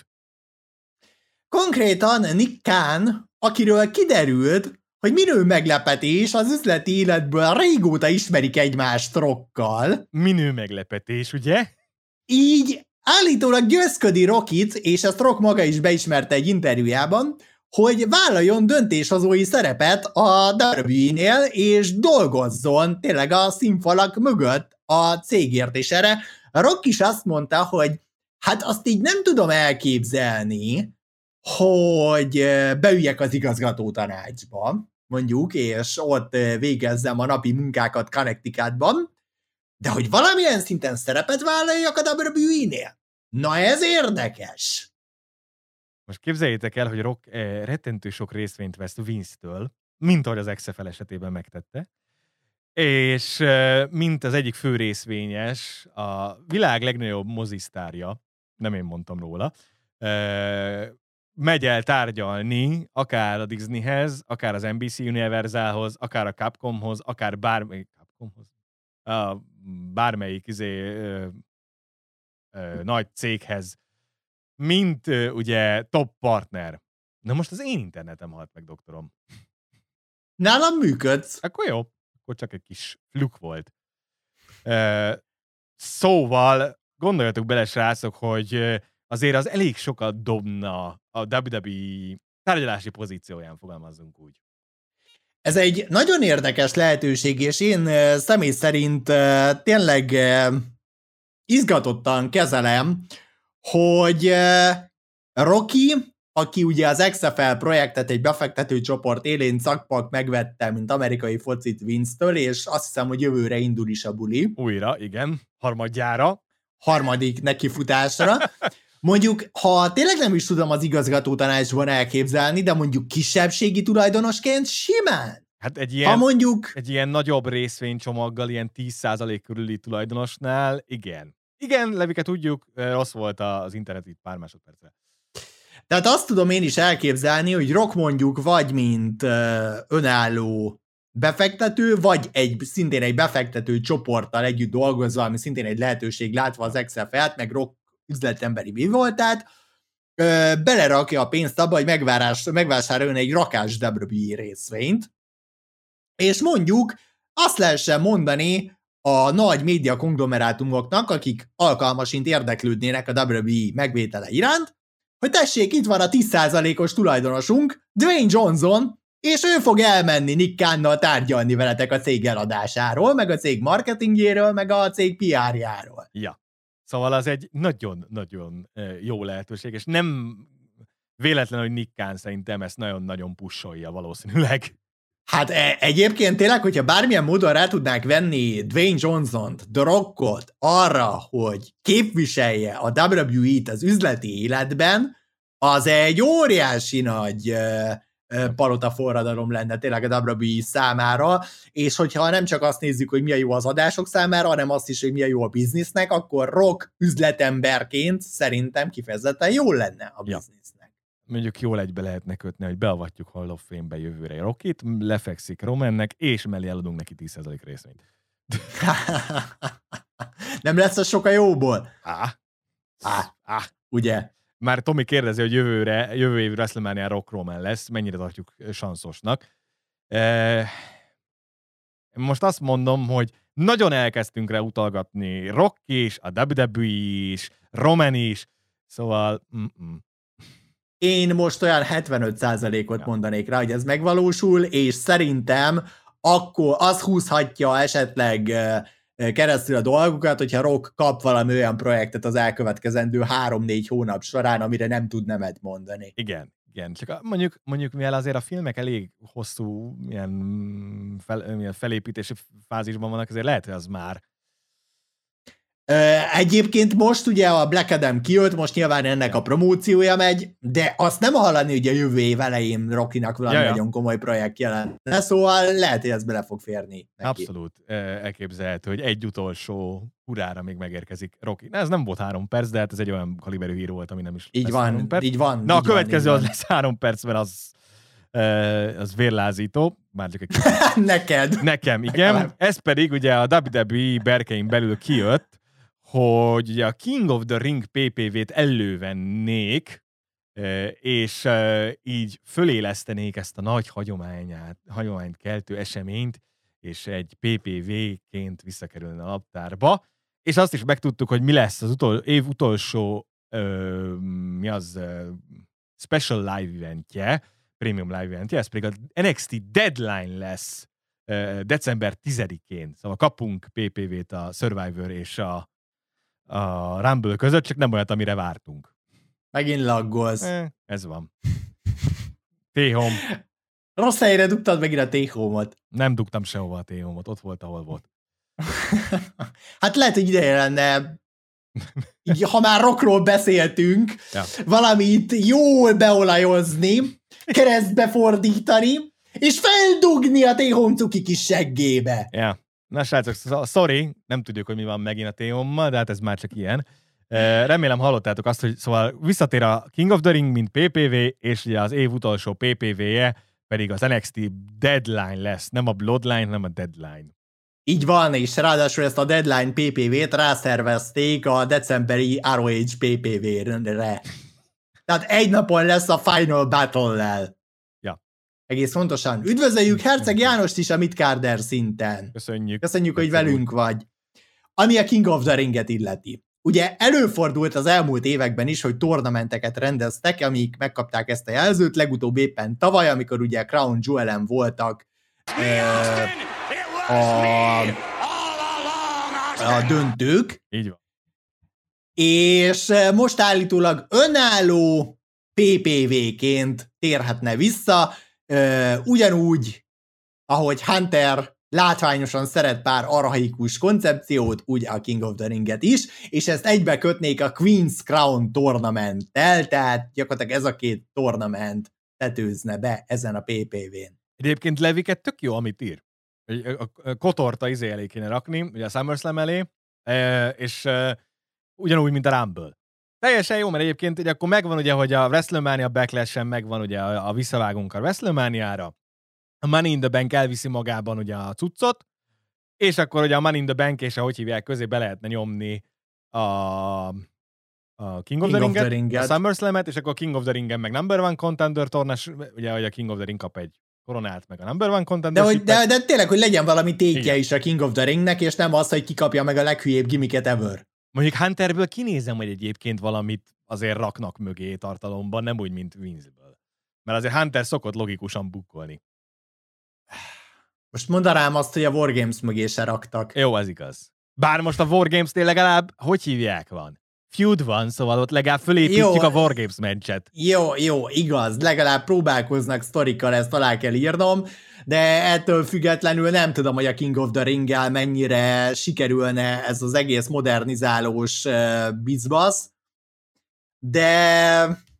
[SPEAKER 4] Konkrétan Nick Khan, akiről kiderült, hogy minő meglepetés, az üzleti életből régóta ismerik egymást Rockkal.
[SPEAKER 3] Minő meglepetés, ugye?
[SPEAKER 4] Így állítólag győzködi Rockit, és ezt Rock maga is beismerte egy interjújában, hogy vállaljon döntéshozói szerepet a dupla vé dupla vé-nél, és dolgozzon tényleg a színfalak mögött a cégért, és erre Rock is azt mondta, hogy hát azt így nem tudom elképzelni, hogy beüljek az igazgató tanácsba, mondjuk, és ott végezzem a napi munkákat Connecticutban, de hogy valamilyen szinten szerepet vállaljak a dupla vé dupla vé-nél? Na ez érdekes!
[SPEAKER 3] Most képzeljétek el, hogy Rock eh, rettentő sok részvényt vesz Vince-től, mint ahogy az iksz ef el esetében megtette, és eh, mint az egyik fő részvényes, a világ legnagyobb mozisztárja, nem én mondtam róla, eh, megy el tárgyalni akár a Disneyhez, akár az en bé cé Universalhoz, akár a Capcomhoz, akár bármelyik Capcomhoz, a, bármelyik izé, ö, ö, nagy céghez, mint ö, ugye top partner. Na most az én internetem halt meg, doktorom.
[SPEAKER 4] Nálam működsz.
[SPEAKER 3] Akkor jó, akkor csak egy kis fluk volt. Ö, szóval gondoljatok bele, srácok, hogy azért az elég sokat dobna a dupla vé dupla vé tárgyalási pozícióján, fogalmazzunk úgy.
[SPEAKER 4] Ez egy nagyon érdekes lehetőség, és én személy szerint tényleg izgatottan kezelem, hogy Rocky, aki ugye az iksz ef el projektet egy befektető csoport élén szakpak megvette, mint amerikai focit Vince-től, és azt hiszem, hogy jövőre indul is a buli.
[SPEAKER 3] Újra, igen, harmadjára.
[SPEAKER 4] Harmadik nekifutásra. Mondjuk, ha tényleg nem is tudom az igazgató tanácsban elképzelni, de mondjuk kisebbségi tulajdonosként simán.
[SPEAKER 3] Hát egy ilyen,
[SPEAKER 4] ha mondjuk...
[SPEAKER 3] egy ilyen nagyobb részvénycsomaggal, ilyen tíz százalék körüli tulajdonosnál, igen. Igen, Levike, tudjuk, rossz volt az internet itt pár másodpercre.
[SPEAKER 4] Tehát azt tudom én is elképzelni, hogy Rock mondjuk vagy mint önálló befektető, vagy egy, szintén egy befektető csoporttal együtt dolgozva, ami szintén egy lehetőség látva az iksz ef el-t, meg Rock üzletemberi mi voltát, belerakja a pénzt abba, hogy megvásároljon egy rakás dupla vé dupla vé részvényt, és mondjuk azt lehessen mondani a nagy média konglomerátumoknak, akik alkalmasint érdeklődnének a dupla vé dupla vé megvétele iránt, hogy tessék, itt van a tíz százalékos tulajdonosunk, Dwayne Johnson, és ő fog elmenni Nick Khan-nal tárgyalni veletek a cég eladásáról, meg a cég marketingjéről, meg a cég pé er-járól.
[SPEAKER 3] Ja. Szóval az egy nagyon-nagyon jó lehetőség, és nem véletlen, hogy Nick Khan szerintem ezt nagyon-nagyon pusolja valószínűleg.
[SPEAKER 4] Hát e- egyébként tényleg, hogyha bármilyen módon rá tudnánk venni Dwayne Johnson-t, The Rockot arra, hogy képviselje a dupla vé dupla vé-t az üzleti életben, az egy óriási nagy uh, uh, palota forradalom lenne tényleg a dupla vé dupla vé számára, és hogyha nem csak azt nézzük, hogy mi a jó az adások számára, hanem azt is, hogy mi a jó a biznisznek, akkor Rock üzletemberként szerintem kifejezetten jól lenne a
[SPEAKER 3] ja.
[SPEAKER 4] biznisznek.
[SPEAKER 3] Mondjuk jól egybe lehetne kötni, hogy beavatjuk Hall of Fame-be jövőre Rockit, lefekszik Romannek, és mellé eladunk neki tíz százalék részvényt.
[SPEAKER 4] Nem lesz az sok a jóból?
[SPEAKER 3] Á.
[SPEAKER 4] Á.
[SPEAKER 3] Á.
[SPEAKER 4] Ugye?
[SPEAKER 3] Már Tomi kérdezi, hogy jövőre, jövő év WrestleMania Rock Roman lesz, mennyire tartjuk sanszosnak. E... Most azt mondom, hogy nagyon elkezdtünk rá utalgatni Rock is, a dupla vé dupla vé is, Roman is, szóval... Mm-mm.
[SPEAKER 4] Én most olyan hetvenöt százalékot
[SPEAKER 3] ja.
[SPEAKER 4] mondanék rá, hogy ez megvalósul, és szerintem akkor az húzhatja esetleg keresztül a dolgokat, hogyha Rock kap valami olyan projektet az elkövetkezendő három-négy hónap során, amire nem tud nemet mondani.
[SPEAKER 3] Igen, igen. Csak mondjuk, mondjuk mivel azért a filmek elég hosszú ilyen, fel, ilyen felépítési fázisban vannak, azért lehet, hogy az már
[SPEAKER 4] Egyébként most ugye a Black Adam kijött, most nyilván ennek a promóciója megy, de azt nem hallani, hogy a jövő év elején Rockynak valami
[SPEAKER 3] Jaja.
[SPEAKER 4] nagyon komoly projekt jelentne, szóval lehet, hogy ez bele fog férni neki.
[SPEAKER 3] Abszolút elképzelhető, hogy egy utolsó hurára még megérkezik Rocky. Na, ez nem volt három perc, de hát ez egy olyan kaliberű hír volt, ami nem is
[SPEAKER 4] így
[SPEAKER 3] lesz
[SPEAKER 4] van,
[SPEAKER 3] három perc.
[SPEAKER 4] így van.
[SPEAKER 3] Na,
[SPEAKER 4] így
[SPEAKER 3] a következő
[SPEAKER 4] van,
[SPEAKER 3] az lesz három perc, mert az, az vérlázító. Már csak egy
[SPEAKER 4] Neked.
[SPEAKER 3] Nekem, igen. Ez pedig ugye a dupla vé dupla é berkein belül kijött, hogy ugye a King of the Ring pé pé vét elővennék, és így fölélesztenék ezt a nagy hagyományát, hagyományt keltő eseményt, és egy pé pé vé-ként visszakerülne a naptárba. És azt is megtudtuk, hogy mi lesz az utol, év utolsó ö, mi az, ö, special live eventje, premium live eventje, ez pedig a en iksz té Deadline lesz ö, december tizedikén. Szóval kapunk pé pé vét a Survivor és a a Rumble között, csak nem olyat, amire vártunk.
[SPEAKER 4] Megint laggolsz.
[SPEAKER 3] Eh, ez van. T-home.
[SPEAKER 4] Rossz helyre dugtad megint a T-home-ot.
[SPEAKER 3] Nem dugtam sehova a T-home-ot, ott volt, ahol volt.
[SPEAKER 4] Hát lehet, hogy ideje lenne, így, ha már rockról beszéltünk,
[SPEAKER 3] ja.
[SPEAKER 4] valamit jól beolajozni, keresztbe fordítani, és feldugni a T-home cuki kis seggébe.
[SPEAKER 3] Ja. Na srácok, sorry, nem tudjuk, hogy mi van megint a T-home-mal, de hát ez már csak ilyen. Remélem hallottátok azt, hogy szóval visszatér a King of the Ring, mint pé pé vé, és ugye az év utolsó pé pé vé-je pedig az en iksz té Deadline lesz, nem a Bloodline, hanem a Deadline.
[SPEAKER 4] Így van, és ráadásul ezt a Deadline pé pé vét rászervezték a decemberi er o há pé pé vé-re. Tehát egy napon lesz a Final Battle-lel.
[SPEAKER 3] Ja.
[SPEAKER 4] Egész fontosan. Üdvözöljük Herceg Jánost is a Midcarder szinten.
[SPEAKER 3] Köszönjük.
[SPEAKER 4] Köszönjük, hogy velünk vagy. Ami a King of the Ringet illeti. Ugye előfordult az elmúlt években is, hogy tornamenteket rendeztek, amik megkapták ezt a jelzőt, legutóbb éppen tavaly, amikor ugye Crown Jewel-en voltak uh, a, a döntők.
[SPEAKER 3] Így van.
[SPEAKER 4] És most állítólag önálló pé pé vé-ként térhetne vissza, uh, ugyanúgy, ahogy Hunter látványosan szeret pár archaikus koncepciót, úgy a King of the Ringet is, és ezt egybe kötnék a Queen's Crown tornamenttel, tehát gyakorlatilag ez a két tornament tetőzne be ezen a pé pé vén.
[SPEAKER 3] Egyébként Leviket tök jó, amit ír. A Kotorta izé elé kéne rakni, ugye a SummerSlam elé, és ugyanúgy, mint a Rumble. Teljesen jó, mert egyébként ugye akkor megvan ugye, hogy a WrestleMania Backlash-en megvan ugye a, a visszavágunk a WrestleMania-ra, a Money in the Bank elviszi magában ugye a cuccot, és akkor ugye a Money in the Bank és ahogy hívják közé be lehetne nyomni a, a King of King the Ringet, of the Ringet, a SummerSlam-et, és akkor a King of the Ringen meg Number One Contender tornás, ugye, hogy a King of the Ring kap egy koronát, meg a Number One Contender.
[SPEAKER 4] De, hogy, de, de tényleg, hogy legyen valami tétje
[SPEAKER 3] igen.
[SPEAKER 4] is a King of the Ringnek, és nem az, hogy kikapja meg a leghülyébb gimmicket ever.
[SPEAKER 3] Mondjuk Hunterből kinézem, hogy egyébként valamit azért raknak mögé tartalomban, nem úgy, mint Vince-ből. Mert azért Hunter szokott logikusan bukkolni.
[SPEAKER 4] Most mondanám azt, hogy a Wargames mögé se raktak.
[SPEAKER 3] Jó, ez igaz. Bár most a Wargames-nél legalább, hogy hívják van? Feud van, szóval ott legalább fölépítjük jó, a Wargames meccset.
[SPEAKER 4] Jó, jó, igaz. Legalább próbálkoznak sztorikkal, ezt alá kell írnom, de ettől függetlenül nem tudom, hogy a King of the Ring-gel mennyire sikerülne ez az egész modernizálós uh, bizbasz, de...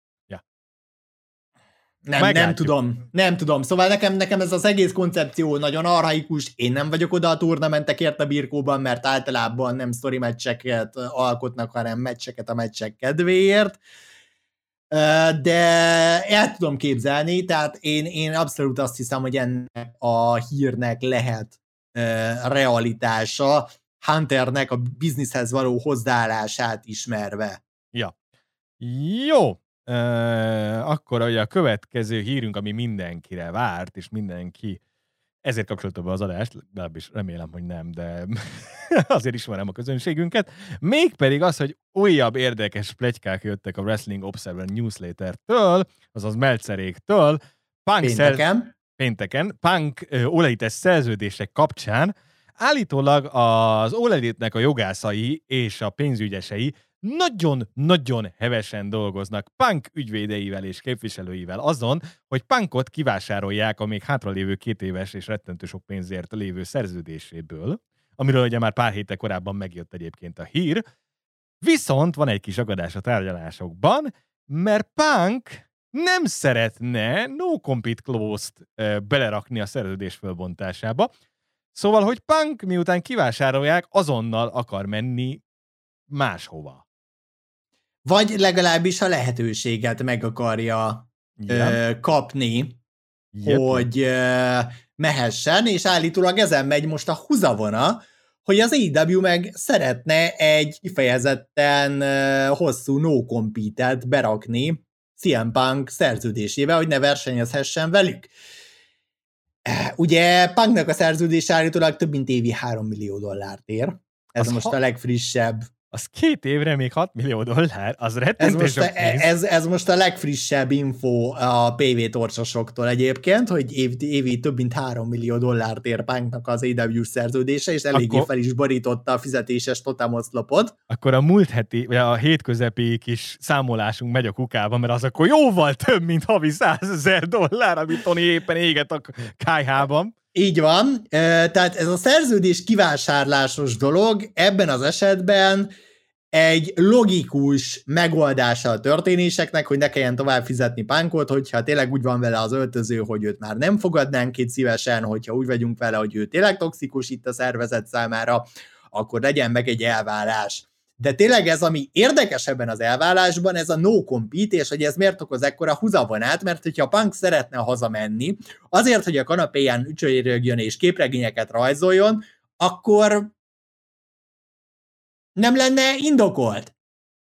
[SPEAKER 4] Nem, nem tudom, nem tudom. Szóval nekem, nekem ez az egész koncepció nagyon archaikus, én nem vagyok oda a turnamentekért a birkóban, mert általában nem sztori meccseket alkotnak, hanem meccseket a meccsek kedvéért, de el tudom képzelni, tehát én, én abszolút azt hiszem, hogy ennek a hírnek lehet realitása, Hunternek a bizniszhez való hozzáállását ismerve.
[SPEAKER 3] Ja. Jó. Uh, akkor ugye a következő hírünk, ami mindenkire várt, és mindenki ezért kapcsolta be az adást, legalábbis remélem, hogy nem, de azért ismerem a közönségünket, mégpedig az, hogy újabb érdekes pletykák jöttek a Wrestling Observer Newsletter-től, azaz Meltzeréktől, Punk
[SPEAKER 4] pénteken,
[SPEAKER 3] szer- pénteken Punk uh, All Elite-es szerződések kapcsán állítólag az All Elite-nek a jogászai és a pénzügyesei nagyon-nagyon hevesen dolgoznak Punk ügyvédeivel és képviselőivel azon, hogy Punkot kivásárolják a még hátralévő két éves és rettentő sok pénzért lévő szerződéséből. amiről ugye már pár héttel korábban megjött egyébként a hír. Viszont van egy kis akadás a tárgyalásokban, mert Punk nem szeretne no-compete clause-t uh, belerakni a szerződés fölbontásába. Szóval, hogy Punk miután kivásárolják, azonnal akar menni máshova.
[SPEAKER 4] Vagy legalábbis a lehetőséget meg akarja ö, kapni, yep. hogy ö, mehessen, és állítólag ezen megy most a húzavona, hogy az á é dupla vé meg szeretne egy kifejezetten ö, hosszú no-compete-et berakni cé em Punk szerződésébe, hogy ne versenyezhessen velük. Ugye Punknak a szerződés állítólag több mint évi három millió dollárt ér. Ez az most ha- a legfrissebb.
[SPEAKER 3] Az két évre még hat millió dollár, az rettentő sok pénz.
[SPEAKER 4] Ez, ez most a legfrissebb info a pé vé torcosoktól egyébként, hogy év, évi több mint három millió dollárt ér Punknak az á dupla vé szerződése, és eléggé akkor, fel is borította a fizetéses totámoszlopot.
[SPEAKER 3] Akkor a múlt heti, vagy a hétközepi kis számolásunk megy a kukába, mert az akkor jóval több, mint havi százezer dollár, amit Tony éppen éget a kályhában.
[SPEAKER 4] Így van, tehát ez a szerződés kivásárlásos dolog ebben az esetben egy logikus megoldása a történéseknek, hogy ne kelljen tovább fizetni Punkot, hogyha tényleg úgy van vele az öltöző, hogy őt már nem fogadnánk itt szívesen, hogyha úgy vagyunk vele, hogy ő tényleg toxikus itt a szervezet számára, akkor legyen meg egy elvárás. De tényleg ez, ami érdekes ebben az elvárásban, ez a no-compete, és hogy ez miért okoz ekkora húzavonát, mert hogyha a Punk szeretne hazamenni, azért, hogy a kanapéján ücsörögjön és képregényeket rajzoljon, akkor nem lenne indokolt.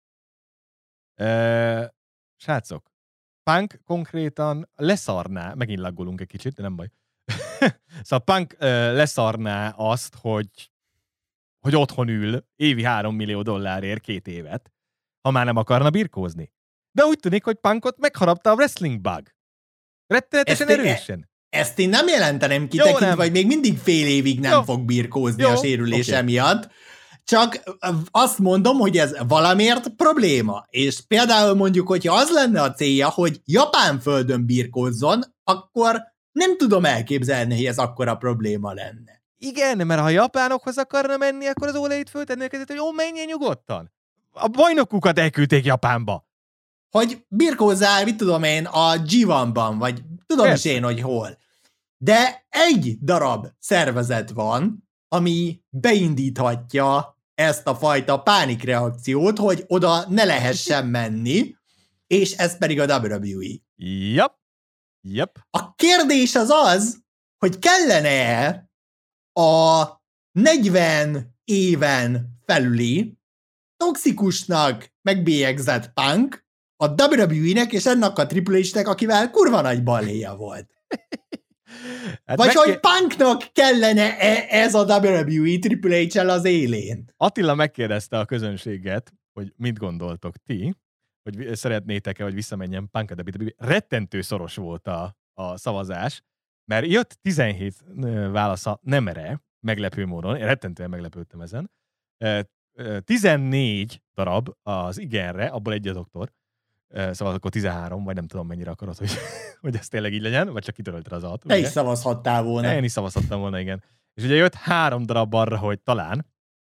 [SPEAKER 3] Uh, srácok, Punk konkrétan leszarná, megint laggolunk egy kicsit, de nem baj. Szóval Punk uh, leszarná azt, hogy hogy otthon ül évi három millió dollárért két évet, ha már nem akarna birkózni. De úgy tűnik, hogy Punkot megharapta a wrestling bug. Rettenetesen erősen.
[SPEAKER 4] E, ezt én nem jelenteném ki, tekintve, vagy még mindig fél évig nem Jó. fog birkózni Jó. a sérülése okay. miatt. Csak azt mondom, hogy ez valamiért probléma. És például mondjuk, hogyha az lenne a célja, hogy Japán földön birkózzon, akkor nem tudom elképzelni, hogy ez akkora probléma lenne.
[SPEAKER 3] Igen, mert ha a japánokhoz akarna menni, akkor az ólejét föltenni a kezét, hogy jó, menjen nyugodtan. A bajnokukat elküldték Japánba.
[SPEAKER 4] Hogy birkózzál, mit tudom én, a gé egy-ban, vagy tudom Persze. is én, hogy hol. De egy darab szervezet van, ami beindíthatja ezt a fajta pánikreakciót, hogy oda ne lehessen menni, és ez pedig a dupla vé dupla vé.
[SPEAKER 3] Yep. Yep.
[SPEAKER 4] A kérdés az az, hogy kellene a negyven éven felüli toxikusnak megbélyegzett Punk a dupla vé dupla vé-nek és ennek a Triple H-nek, akivel kurva nagy balhéja volt. Hát Vagy hogy ke- Punknak kellene ez a dupla vé dupla vé Triple H-el az élén?
[SPEAKER 3] Attila megkérdezte a közönséget, hogy mit gondoltok ti, hogy szeretnétek-e, hogy visszamenjen Punk a dupla vé dupla vé. Rettentő szoros volt a, a szavazás, mert jött tizenhét válasza nemre, meglepő módon, én rettentően meglepődtem ezen. tizennégy darab az igenre, abból egy a doktor, szóval akkor tizenhárom, vagy nem tudom mennyire akarod, hogy, hogy ez tényleg így legyen, vagy csak kitörölted az alt.
[SPEAKER 4] Te ugye? Is szavazhattál volna.
[SPEAKER 3] Én is szavazhattam volna, igen. És ugye jött három darab arra, hogy talán.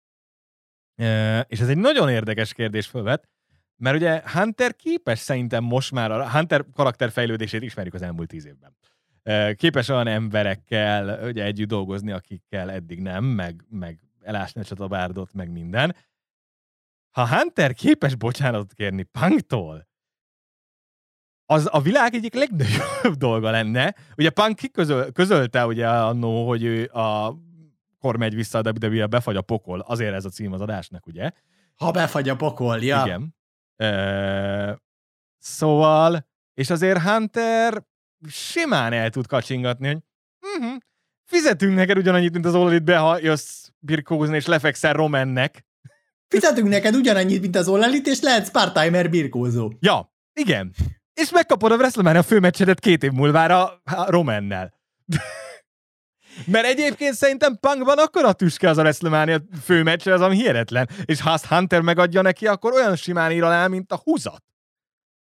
[SPEAKER 3] És ez egy nagyon érdekes kérdés fölvet, mert ugye Hunter képes szerintem most már, a Hunter karakterfejlődését ismerjük az elmúlt tíz évben. Képes olyan emberekkel ugye, együtt dolgozni, akikkel eddig nem, meg, meg elásni a csatabárdot, meg minden. Ha Hunter képes bocsánatot kérni Punktól, az a világ egyik legnagyobb dolga lenne. Ugye Punk kiközöl, közölte ugye annó, hogy ő a kor megy vissza a dupla vé dupla vé-be, befagy a pokol. Azért ez a cím az adásnak, ugye?
[SPEAKER 4] Ha befagy a pokol, ja.
[SPEAKER 3] Igen. E, szóval, és azért Hunter simán el tud kacsingatni, hogy uh-huh, fizetünk neked ugyanannyit, mint az All Elite-be, ha jössz birkózni, és lefekszel Romannek.
[SPEAKER 4] Fizetünk neked ugyanannyit, mint az All Elite, és lehetsz part-timer birkózó.
[SPEAKER 3] Ja, igen. És megkapod a WrestleMania főmeccsedet két év múlvára Romannel. Mert egyébként szerintem Punkban akkora tüske az a WrestleMania főmeccsre, az ami hihetetlen. És ha azt Hunter megadja neki, akkor olyan simán ír alá, mint a húzat.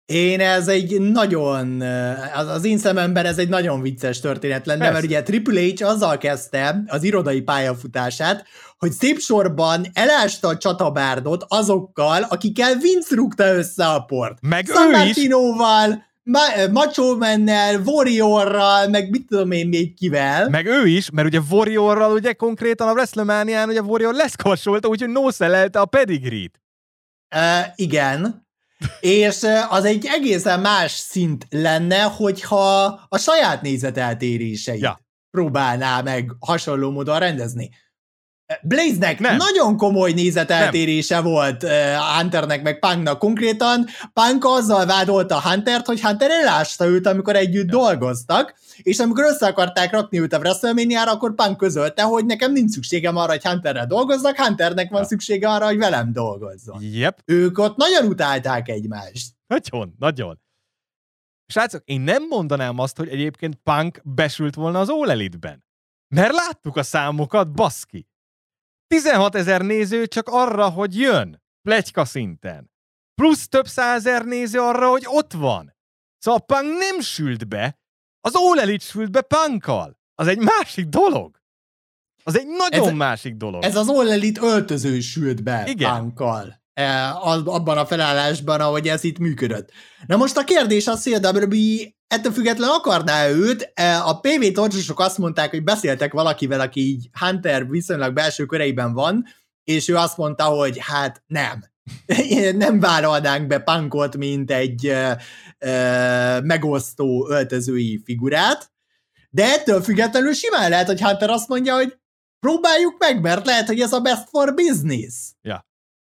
[SPEAKER 4] Én ez egy nagyon, az, az én szememben ez egy nagyon vicces történet lenne, Persze. mert ugye Triple H azzal kezdte az irodai pályafutását, hogy szép sorban elásta a csatabárdot azokkal, akikkel Vince rúgta össze a port.
[SPEAKER 3] Meg
[SPEAKER 4] San
[SPEAKER 3] ő
[SPEAKER 4] Martinoval, Ma- Macho Man-nel, Warriorral, meg mit tudom én még kivel.
[SPEAKER 3] Meg ő is, mert ugye Warriorral ugye konkrétan a WrestleManián ugye Warrior leszkorsolta, úgyhogy no-szellelte a pedigreet.
[SPEAKER 4] Uh, igen. És az egy egészen más szint lenne, hogyha a saját nézeteltéréseit ja. próbálná meg hasonló módon rendezni. Blaze-nek nem. nagyon komoly nézeteltérése nem. volt uh, Hunternek meg Punknak konkrétan. Punk azzal vádolta Huntert, hogy Hunter elásta őt, amikor együtt ja. dolgoztak, és amikor össze akarták rakni őt a WrestleMania-ra, akkor Punk közölte, hogy nekem nincs szükségem arra, hogy Hunterrel dolgozzak, Hunternek van ja. szüksége arra, hogy velem dolgozzon.
[SPEAKER 3] Yep.
[SPEAKER 4] Ők ott nagyon utálták egymást.
[SPEAKER 3] Nagyon, nagyon. Srácok, én nem mondanám azt, hogy egyébként Punk besült volna az All Elite-ben. Mert láttuk a számokat, baszki. tizenhatezer néző csak arra, hogy jön, pletyka szinten. Plusz több százezer néző arra, hogy ott van. Szóval Punk nem sült be, az All Elite sült be Punkkal. Az egy másik dolog. Az egy nagyon ez, másik dolog.
[SPEAKER 4] Ez az All Elite öltöző sült be Igen. Punkkal. Abban a felállásban, ahogy ez itt működött. Na most a kérdés az, hogy a dupla vé e ettől függetlenül akarná őt. A pé vé torcsosok azt mondták, hogy beszéltek valakivel, aki így Hunter viszonylag belső köreiben van, és ő azt mondta, hogy hát nem. Nem vállalnánk be Punkot, mint egy uh, uh, megosztó öltözői figurát, de ettől függetlenül simán lehet, hogy Hunter azt mondja, hogy próbáljuk meg, mert lehet, hogy ez a best for business.
[SPEAKER 3] Ja.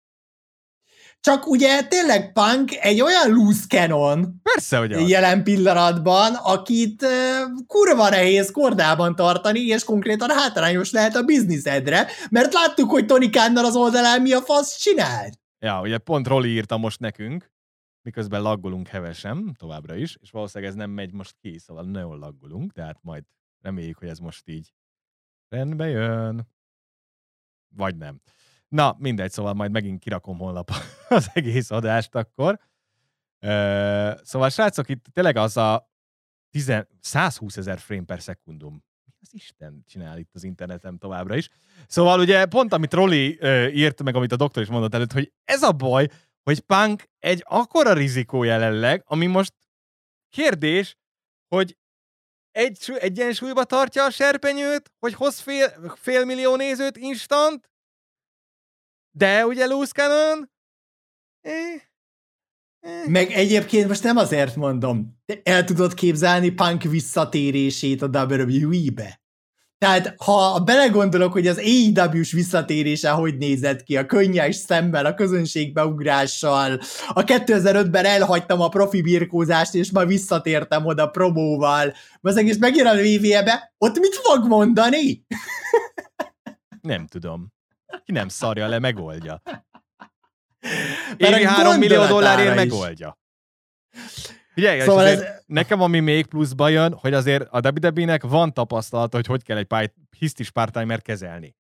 [SPEAKER 4] Csak ugye tényleg Punk egy olyan loose cannon
[SPEAKER 3] Persze, hogy az.
[SPEAKER 4] jelen pillanatban, akit uh, kurva nehéz kordában tartani, és konkrétan hátrányos lehet a bizniszedre, mert láttuk, hogy Tony Khánnal az oldalán mi a fasz csinált.
[SPEAKER 3] Ja, ugye pont Roli írta most nekünk, miközben laggolunk hevesen, továbbra is, és valószínűleg ez nem megy most ki, szóval nagyon laggolunk, de hát majd reméljük, hogy ez most így rendbe jön. Vagy nem. Na, mindegy, szóval majd megint kirakom holnap az egész adást akkor. Uh, szóval srácok, itt tényleg az a százhúszezer frame per szekundum. Mi az Isten csinál itt az internetem továbbra is? Szóval ugye pont, amit Roli uh, írt, meg amit a doktor is mondott előtt, hogy ez a baj, hogy Punk egy akkora rizikó jelenleg, ami most kérdés, hogy egy, egyensúlyba tartja a serpenyőt, hogy hoz fél, fél millió nézőt instant, de ugye loose cannon? Eh,
[SPEAKER 4] eh. Meg egyébként most nem azért mondom, el tudod képzelni Punk visszatérését a dupla vé e-be? Tehát ha belegondolok, hogy az á e dupla vé-s visszatérése hogy nézett ki, a könnyes szemmel, a közönségbeugrással, a kétezer-ötben elhagytam a profi birkózást, és ma visszatértem oda promóval, az egész megjön a vé vé e-be, ott mit fog mondani?
[SPEAKER 3] Nem tudom. Ki nem szarja le, megoldja. Évi három millió dollárért megoldja. Figyelj, szóval ez... nekem ami még pluszba jön, hogy azért a dupla vé dupla é-nek van tapasztalata, hogy hogy kell egy pály... hisztis part-timer kezelni.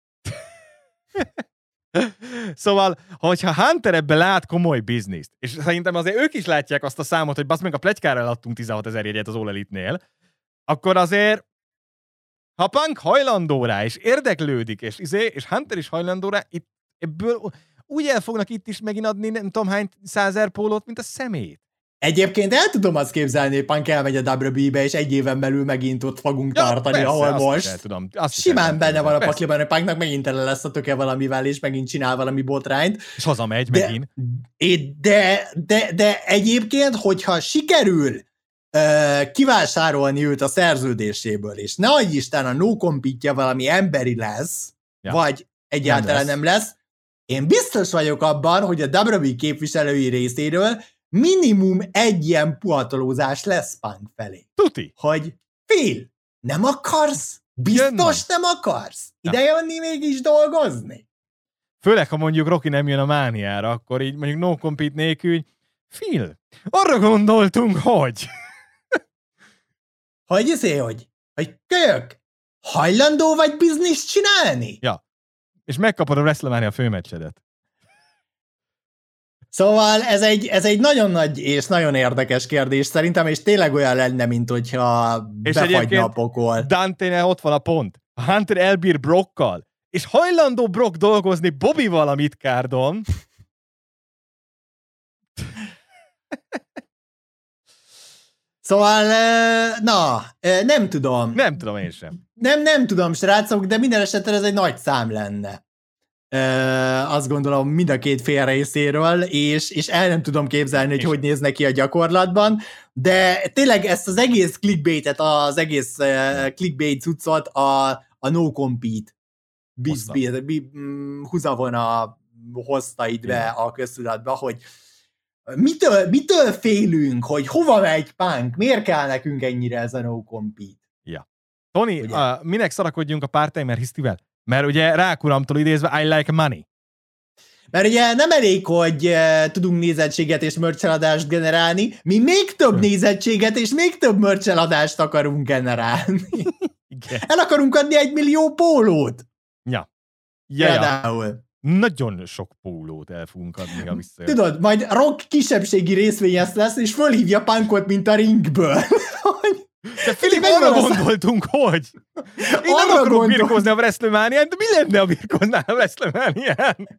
[SPEAKER 3] Szóval, hogyha Hunter ebben lát komoly bizniszt, és szerintem azért ők is látják azt a számot, hogy basz meg a pletykára eladtunk tizenhatezer jegyet az All Elite-nél, akkor azért ha Punk hajlandó rá, és érdeklődik, és, izé, és Hunter is hajlandó rá, itt, ebből úgy el fognak itt is megint adni nem tudom hány százer pólót, mint a szemét.
[SPEAKER 4] Egyébként el tudom azt képzelni, hogy Punk elmegy a dupla vé e-be, és egy éven belül megint ott fogunk ja, tartani, persze, ahol most.
[SPEAKER 3] Tudom, azt
[SPEAKER 4] simán benne van a pakliban, hogy Punknak megint tele lesz a töke valamivel, és megint csinál valami botrányt.
[SPEAKER 3] És hazamegy
[SPEAKER 4] de,
[SPEAKER 3] megint.
[SPEAKER 4] De, de, de egyébként, hogyha sikerül uh, kivásárolni őt a szerződéséből, és ne adj Isten, a no-compete-ja valami emberi lesz, ja. vagy egyáltalán nem lesz. nem lesz, én biztos vagyok abban, hogy a dupla vé e képviselői részéről minimum egy ilyen puhatolózás lesz Punk felé.
[SPEAKER 3] Tuti.
[SPEAKER 4] Hogy Phil, nem akarsz? Biztos nem akarsz? Ide jönni mégis dolgozni?
[SPEAKER 3] Főleg, ha mondjuk Rocky nem jön a mániára, akkor így mondjuk no compete nélkül, Phil, arra gondoltunk, hogy...
[SPEAKER 4] hogy izé, hogy? Hogy kölyök, hajlandó vagy bizniszt csinálni?
[SPEAKER 3] Ja. És megkapod a WrestleMania főmeccsedet.
[SPEAKER 4] Szóval ez egy, ez egy nagyon nagy és nagyon érdekes kérdés szerintem, és tényleg olyan lenne, mint hogyha befagyna a pokol.
[SPEAKER 3] Dante-nél ott van a pont. Hunter elbír Brockkal, és hajlandó Brock dolgozni Bobbyval a midcardon.
[SPEAKER 4] Szóval, na, nem tudom.
[SPEAKER 3] Nem tudom én sem.
[SPEAKER 4] Nem, nem tudom, srácok, de minden esetre ez egy nagy szám lenne. Azt gondolom mind a két fél részéről, és, és el nem tudom képzelni, hogy és hogy néz neki a gyakorlatban, de tényleg ezt az egész clickbaitet, az egész clickbait cuccot a, a no compete húzavona hozta itt be a köztudatba, hogy mitől, mitől félünk, hogy hova megy Punk, miért kell nekünk ennyire ez a no compete?
[SPEAKER 3] Ja. Tony, uh, minek szarakodjunk a part-timer hisztivel? Mert ugye Rákuramtól idézve I like money.
[SPEAKER 4] Mert ugye nem elég, hogy uh, tudunk nézettséget és merch-eladást generálni, mi még több nézettséget és még több merch-eladást akarunk generálni. El akarunk adni egy millió pólót.
[SPEAKER 3] Ja. Ja, ja. Nagyon sok pólót el fogunk adni, ha visszajön.
[SPEAKER 4] Tudod, majd Rock kisebbségi részvényes lesz, és fölhívja Punkot, mint a ringből.
[SPEAKER 3] De Filip, arra gondoltunk, hogy én nem akarok gondol... birkózni a WrestleManián, de mi lenne, a birkóznál a WrestleManián?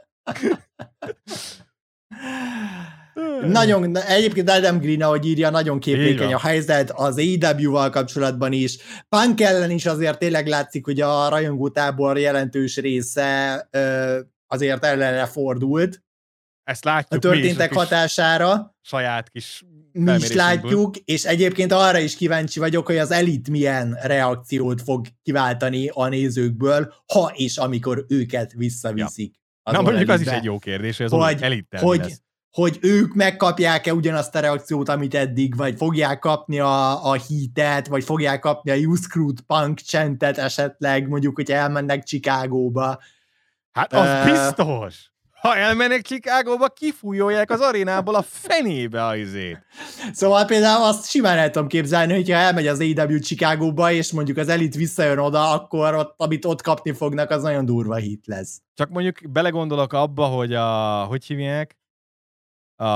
[SPEAKER 4] Nagyon, egyébként Adam Green, ahogy írja, nagyon képlékeny a helyzet az á é dupla vé-val kapcsolatban is. Punk ellen is azért tényleg látszik, hogy a rajongótábor jelentős része ö, azért ellene fordult.
[SPEAKER 3] Ezt látjuk
[SPEAKER 4] a történtek hatására.
[SPEAKER 3] Saját kis
[SPEAKER 4] mi is látjuk, és egyébként arra is kíváncsi vagyok, hogy az Elite milyen reakciót fog kiváltani a nézőkből, ha és amikor őket visszaviszik.
[SPEAKER 3] Ja. Na mondjuk az is egy jó kérdés, hogy az hogy, Elite-tel
[SPEAKER 4] hogy, hogy ők megkapják-e ugyanazt a reakciót, amit eddig, vagy fogják kapni a, a heatet, vagy fogják kapni a You Screwed Punk chantet esetleg, mondjuk, hogy elmennek Chicagóba.
[SPEAKER 3] Hát az uh, biztos! Ha elmennek Chicagóba, kifújolják az arénából a fenébe a izét.
[SPEAKER 4] Szóval például azt simán el tudom képzelni, hogyha elmegy az á é dupla vé Chicagóba, és mondjuk az Elite visszajön oda, akkor ott, amit ott kapni fognak, az nagyon durva hit lesz.
[SPEAKER 3] Csak mondjuk belegondolok abba, hogy a, hogy hívják, a,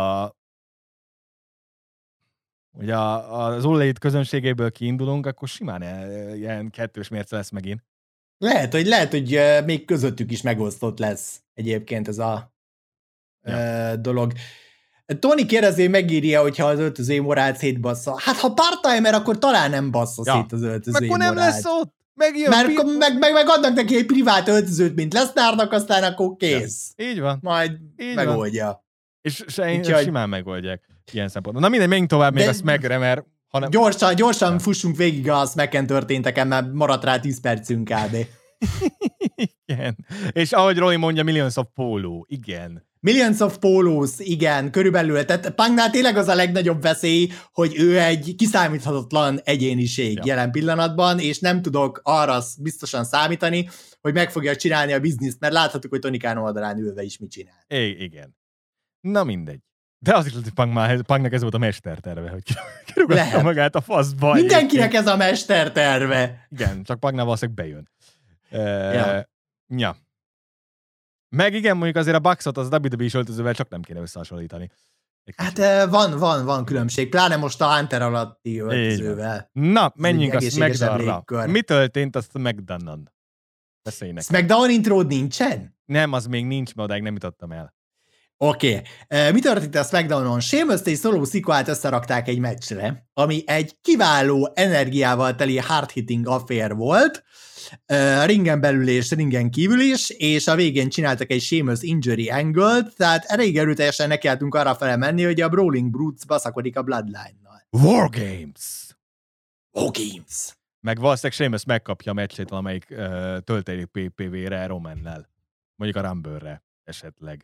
[SPEAKER 3] hogy a, az All Elite közönségéből kiindulunk, akkor simán ilyen kettős mérce lesz megint.
[SPEAKER 4] Lehet, hogy, lehet, hogy még közöttük is megosztott lesz egyébként ez a ja. dolog. Tony kérdezi, megírja, hogyha az öltözői morált szétbassza. Hát ha part-timer, akkor talán nem bassza ja. szét az öltözői morált.
[SPEAKER 3] Akkor nem lesz ott. Megjön,
[SPEAKER 4] Mert pi- meg, meg, meg adnak neki egy privát öltözőt, mint Lesnarnak, aztán akkor kész.
[SPEAKER 3] Ja. Így van.
[SPEAKER 4] Majd
[SPEAKER 3] Így
[SPEAKER 4] megoldja.
[SPEAKER 3] Van. És se, Úgy, simán megoldják ilyen szempontból. Na mindegy, menjünk tovább még a Smackre, mert hanem...
[SPEAKER 4] Gyorsan, gyorsan ja. fussunk végig a Smacken történteken, mert maradt rá tíz percünk kb.
[SPEAKER 3] Igen. És ahogy Roy mondja, Millions of Polo. Igen.
[SPEAKER 4] Millions of Polos, igen, körülbelül. Tehát Punknál tényleg az a legnagyobb veszély, hogy ő egy kiszámíthatatlan egyéniség ja. jelen pillanatban, és nem tudok arra biztosan számítani, hogy meg fogja csinálni a bizniszt, mert láthatjuk, hogy Tony Khan oldalán ülve is mit csinál.
[SPEAKER 3] É, igen. Na mindegy. De az is lehet, hogy Punk már, Punknak ez volt a mesterterve, hogy kirúgatta magát a faszba.
[SPEAKER 4] Mindenkinek ez a mesterterve.
[SPEAKER 3] Igen, csak Punknál valószínűleg bejön. Uh, ja. ja. Meg igen, mondjuk azért a Bucksot az dupla vé dupla é-s öltözővel csak nem kéne összehasonlítani.
[SPEAKER 4] Hát van, van, van különbség, pláne most a Hunter alatti öltözővel.
[SPEAKER 3] Na, menjünk a SmackDown-ra. Mi történt a SmackDown-on? Beszéljnek.
[SPEAKER 4] SmackDown intród nincsen?
[SPEAKER 3] Nem, az még nincs, mert odáig nem jutottam el.
[SPEAKER 4] Oké. Okay. Mi történt a SmackDown-on? Sheamus-t és Solo Sikoát összerakták egy meccsre, ami egy kiváló energiával teli hard-hitting affair volt, Uh, ringen belül és ringen kívül is, és a végén csináltak egy Sheamus injury angle-t, tehát elég erőteljesen nekiálltunk arra fele menni, hogy a Brawling Brutes baszakodik a Bloodline-nal.
[SPEAKER 3] War Games!
[SPEAKER 4] War Games!
[SPEAKER 3] Meg valószínűleg Sheamus megkapja a meccsét valamelyik uh, töltelék pé pé vé-re Romannel. Mondjuk a Rumble-re esetleg.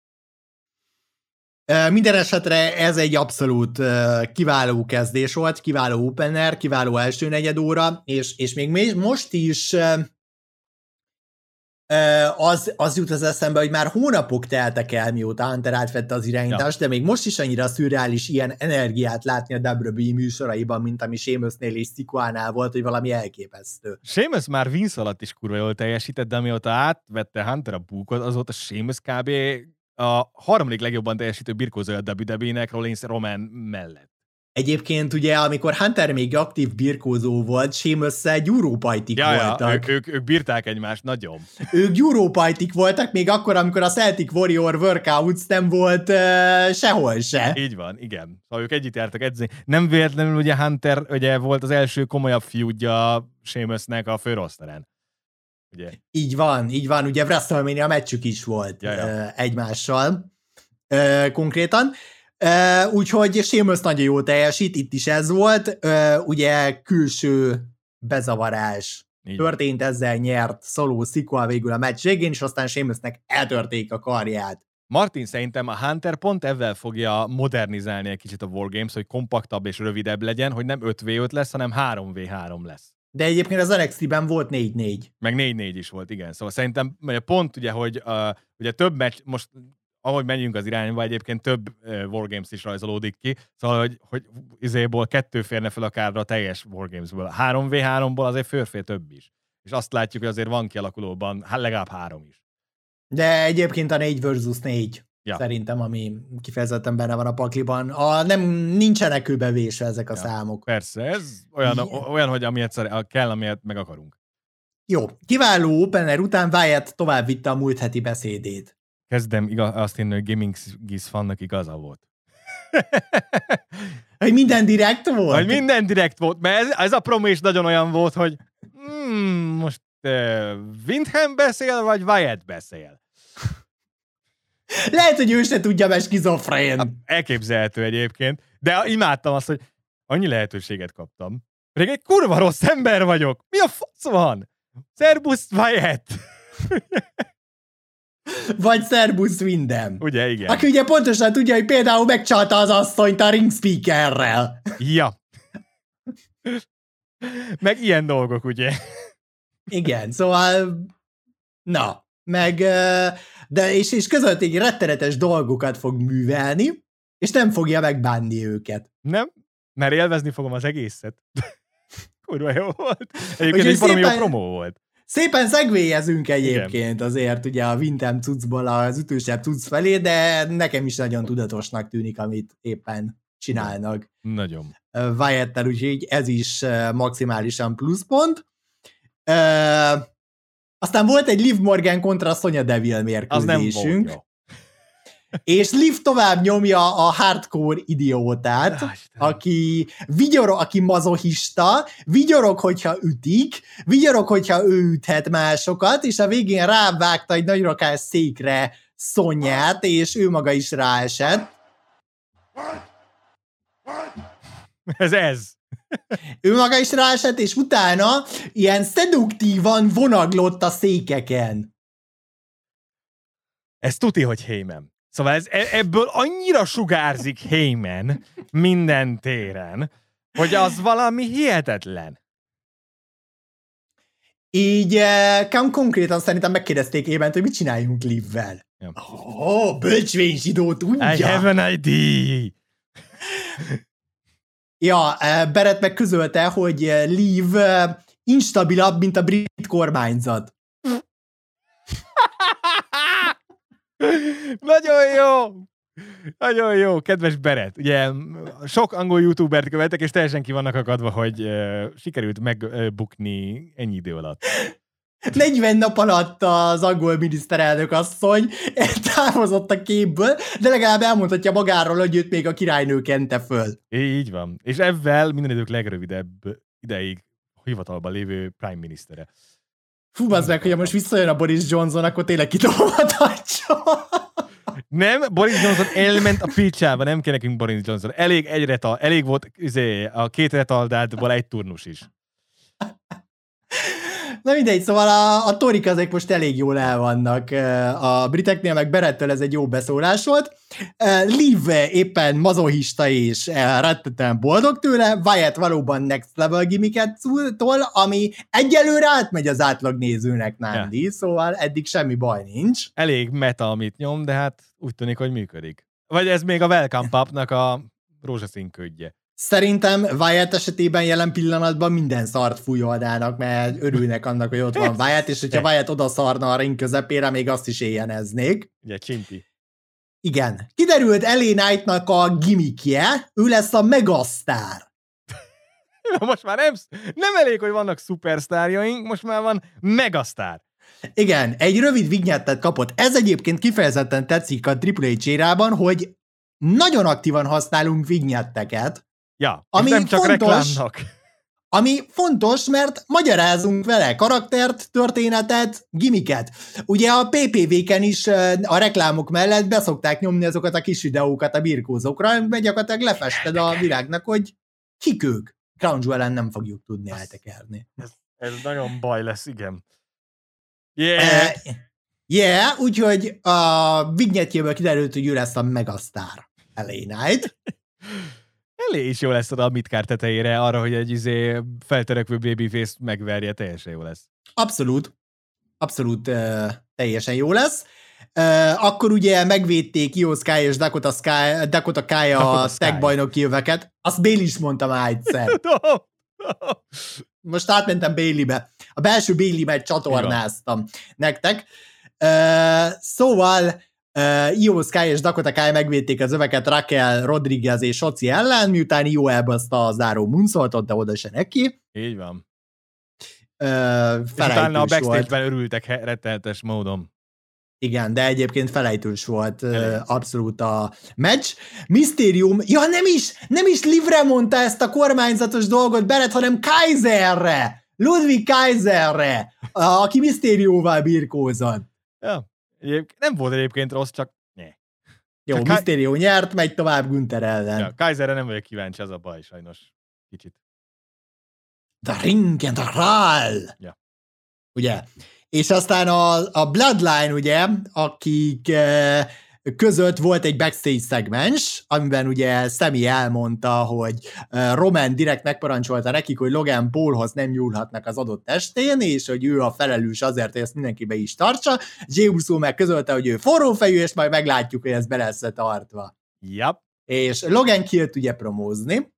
[SPEAKER 4] Uh, minden esetre ez egy abszolút uh, kiváló kezdés volt, kiváló opener, kiváló első negyed óra, és, és még most is uh, uh, az, az jut az eszembe, hogy már hónapok teltek el, mióta Hunter átvette az irányítást, ja. de még most is annyira szürreális ilyen energiát látni a dupla vé dupla é műsoraiban, mint ami Sheamusnél és Sikoánál volt, hogy valami elképesztő.
[SPEAKER 3] Sheamus már Vince alatt is kurva jól teljesített, de amióta átvette Hunter a búkot, azóta Sheamus kb. a harmadik legjobban teljesítő birkózója a dupla vé dupla vé-nek Rollins Roman mellett.
[SPEAKER 4] Egyébként ugye, amikor Hunter még aktív birkózó volt, Sheamus-szel gyúrópajtik
[SPEAKER 3] ja,
[SPEAKER 4] voltak.
[SPEAKER 3] Ja, ők, ők, ők bírták egymást nagyon.
[SPEAKER 4] Ők gyúrópajtik voltak, még akkor, amikor a Celtic Warrior Workouts nem volt uh, sehol se.
[SPEAKER 3] Így van, igen. Szóval ők együtt jártak edzeni. Nem véletlenül ugye Hunter ugye volt az első komolyabb feudja Sheamusnek a főroszteren. Ugye?
[SPEAKER 4] Így van, így van. Ugye WrestleMania meccsük is volt ja, ja. Uh, egymással uh, konkrétan. Uh, úgyhogy Sheamus nagyon jó teljesít, itt is ez volt. Uh, ugye külső bezavarás így történt, van. Ezzel nyert Solo Sikoa végül a meccs végén, és aztán Sheamusnek eltörték a karját.
[SPEAKER 3] Martin, szerintem a Hunter pont ezzel fogja modernizálni egy kicsit a Wargames, hogy kompaktabb és rövidebb legyen, hogy nem öt vé öt lesz, hanem három vé három lesz.
[SPEAKER 4] De egyébként az en iksz té-ben volt négy négy.
[SPEAKER 3] Meg négy négy is volt, igen. Szóval szerintem pont ugye, hogy uh, ugye több meccs, most ahogy menjünk az irányba, egyébként több uh, Wargames is rajzolódik ki, szóval, hogy, hogy izéból kettő férne fel akár a teljes Wargamesből. három vé háromból azért főrfél több is. És azt látjuk, hogy azért van kialakulóban hát legalább három is.
[SPEAKER 4] De egyébként a négy versus négy ja. szerintem, ami kifejezetten benne van a pakliban. A, nem, nincsenek kőbevésve ezek a ja, számok.
[SPEAKER 3] Persze, ez olyan, olyan hogy amilyet kell, amilyet meg akarunk.
[SPEAKER 4] Jó, kiváló opener után Wyatt tovább vitte a múlt heti beszédét.
[SPEAKER 3] Kezdem igaz, azt hinni, hogy Gaming Giz fannak igaza volt.
[SPEAKER 4] Hogy minden direkt volt?
[SPEAKER 3] Hogy minden direkt volt, mert ez, ez a promo is nagyon olyan volt, hogy hmm, most uh, Windham beszél, vagy Wyatt beszél?
[SPEAKER 4] Lehet, hogy ő se tudja, mert skizofrén.
[SPEAKER 3] Elképzelhető egyébként, de imádtam azt, hogy annyi lehetőséget kaptam. Pedig egy kurva rossz ember vagyok. Mi a fasz van? Szerbusz Wyatt!
[SPEAKER 4] Vagy Szerbusz Windham.
[SPEAKER 3] Ugye, igen.
[SPEAKER 4] Aki ugye pontosan tudja, hogy például megcsalta az asszonyt a ring speakerrel.
[SPEAKER 3] Ja. Meg ilyen dolgok, ugye?
[SPEAKER 4] Igen, szóval na, meg de és, és között egy rettenetes dolgokat fog művelni, és nem fogja megbánni őket.
[SPEAKER 3] Nem, mert élvezni fogom az egészet. Kurva jó volt. Egyébként egy valami jó promó volt.
[SPEAKER 4] Szépen szegvélyezünk egyébként igen. azért ugye a Windham cuccból az ütősebb cucc felé, de nekem is nagyon tudatosnak tűnik, amit éppen csinálnak.
[SPEAKER 3] Nagyon.
[SPEAKER 4] Wyatt-tel, úgyhogy ez is maximálisan pluszpont. Uh, aztán volt egy Liv Morgan kontra Sonya Deville mérkőzésünk. Az nem volt jó. És Liv tovább nyomja a hardcore idiótát, ah, aki vigyorog, aki mazochista, vigyorog, hogyha ütik, vigyorog, hogyha ő üthet másokat, és a végén rávágta egy nagy rakás székre Sonyát, és ő maga is ráesett.
[SPEAKER 3] Ez ez.
[SPEAKER 4] Ő maga is ráesett, és utána ilyen szeduktívan vonaglott a székeken.
[SPEAKER 3] Ez tuti, hogy Heyman. Szóval ez, ebből annyira sugárzik Heyman minden téren, hogy az valami hihetetlen.
[SPEAKER 4] Így eh, konkrétan szerintem megkérdezték Heyment, hogy mit csináljunk Livvel. Ja. Oh, bölcsvény zsidó tudja.
[SPEAKER 3] I have an idea.
[SPEAKER 4] Ja, Barrett meg közölte, hogy Liv instabilabb, mint a brit kormányzat.
[SPEAKER 3] Nagyon jó! Nagyon jó, kedves Barrett. Ugye sok angol youtubert követek, és teljesen ki vannak akadva, hogy uh, sikerült megbukni ennyi idő alatt.
[SPEAKER 4] negyven nap alatt az angol miniszterelnök asszony távozott a képből, de legalább elmondhatja magáról, hogy őt még a királynő kente föl.
[SPEAKER 3] Így van. És ezzel minden idők legrövidebb ideig hivatalban lévő prime ministere.
[SPEAKER 4] Fú, bazd meg, hogyha most visszajön a Boris Johnson, akkor tényleg kitolhatja.
[SPEAKER 3] Nem, Boris Johnson elment a picsába, nem kell nekünk Boris Johnson. Elég egy retal, elég volt izé, a két retaldátból egy turnus is.
[SPEAKER 4] Na mindegy, szóval a, a torik azok most elég jól el vannak. A briteknél meg Barrettől ez egy jó beszólás volt. Liv éppen mazohista és rettetően boldog tőle, Wyatt valóban next level gimmicket tol, ami egyelőre átmegy az átlag nézőnek, Nandi, ja. Szóval eddig semmi baj nincs.
[SPEAKER 3] Elég meta, amit nyom, de hát úgy tűnik, hogy működik. Vagy ez még a Welcome Pupnak a rózsaszín ködje.
[SPEAKER 4] Szerintem Wyatt esetében jelen pillanatban minden szart fújolnának, mert örülnek annak, hogy ott van Wyatt, és hogyha Wyatt oda szarna a ring közepére, még azt is éjjeneznék.
[SPEAKER 3] Ugye, csinti.
[SPEAKER 4] Igen. Kiderült el á Knight-nak a gimmickje, ő lesz a megasztár.
[SPEAKER 3] Most már nem, nem elég, hogy vannak szupersztárjaink, most már van megasztár.
[SPEAKER 4] Igen, egy rövid vignettet kapott. Ez egyébként kifejezetten tetszik a Triple H érában, hogy nagyon aktívan használunk vignetteket.
[SPEAKER 3] Ja,
[SPEAKER 4] ami
[SPEAKER 3] nem csak
[SPEAKER 4] fontos,
[SPEAKER 3] reklámnak.
[SPEAKER 4] Ami fontos, mert magyarázunk vele karaktert, történetet, gimmicket. Ugye a pé pé vé-ken is a reklámok mellett beszokták nyomni azokat a kis videókat a birkózókra, mert gyakorlatilag lefested a világnak, hogy kik ők. Crown Jewel-en nem fogjuk tudni eltekerni.
[SPEAKER 3] Ez, ez nagyon baj lesz, igen. Yeah!
[SPEAKER 4] Uh, yeah, úgyhogy a vignettjéből kiderült, hogy ő lesz a megasztár el á Knight.
[SPEAKER 3] Elég is jó lesz oda a midcard tetejére arra, hogy egy izé feltörekvő babyface megverje, teljesen jó lesz.
[SPEAKER 4] Abszolút. Abszolút uh, teljesen jó lesz. Uh, akkor ugye megvédték Io Sky és Dakota, Sky, Dakota Kai a tag bajnoki jöveket. Azt Bailey is mondta már egyszer. Most átmentem Baileybe. A belső Bailey-be csatornáztam nektek. Uh, szóval uh, Io Sky és Dakota Kai megvédték az öveket Raquel Rodriguez és Shotzi ellen, miután Io elbaszta a záró moonsaultot, de oda se neki.
[SPEAKER 3] Így van.
[SPEAKER 4] Uh,
[SPEAKER 3] és utána a backstage-ben örültek rettenetes módon.
[SPEAKER 4] Igen, de egyébként felejtős volt uh, abszolút a meccs. Mysterium, ja nem is, nem is Livre mondta ezt a kormányzatos dolgot Beret, hanem Kaiserre, Ludwig Kaiserre, aki Mysterióval birkózott.
[SPEAKER 3] Ja, nem volt egyébként rossz, csak ne.
[SPEAKER 4] Jó, csak Mysterio Ka- nyert, megy tovább Günther ellen.
[SPEAKER 3] Ja, Kaiserre nem vagyok kíváncsi, az a baj sajnos. Kicsit.
[SPEAKER 4] The Ring and the Roll.
[SPEAKER 3] Ja.
[SPEAKER 4] Ugye? És aztán a, a Bloodline, ugye, akik e, között volt egy backstage szegmens, amiben ugye Sami elmondta, hogy e, Roman direkt megparancsolta nekik, hogy Logan Paulhoz nem nyúlhatnak az adott estén, és hogy ő a felelős azért, hogy ezt mindenki be is tartsa. Jey Uso meg közölte, hogy ő forrófejű, és majd meglátjuk, hogy ez be lesz tartva.
[SPEAKER 3] Yep.
[SPEAKER 4] És Logan kijött ugye promózni.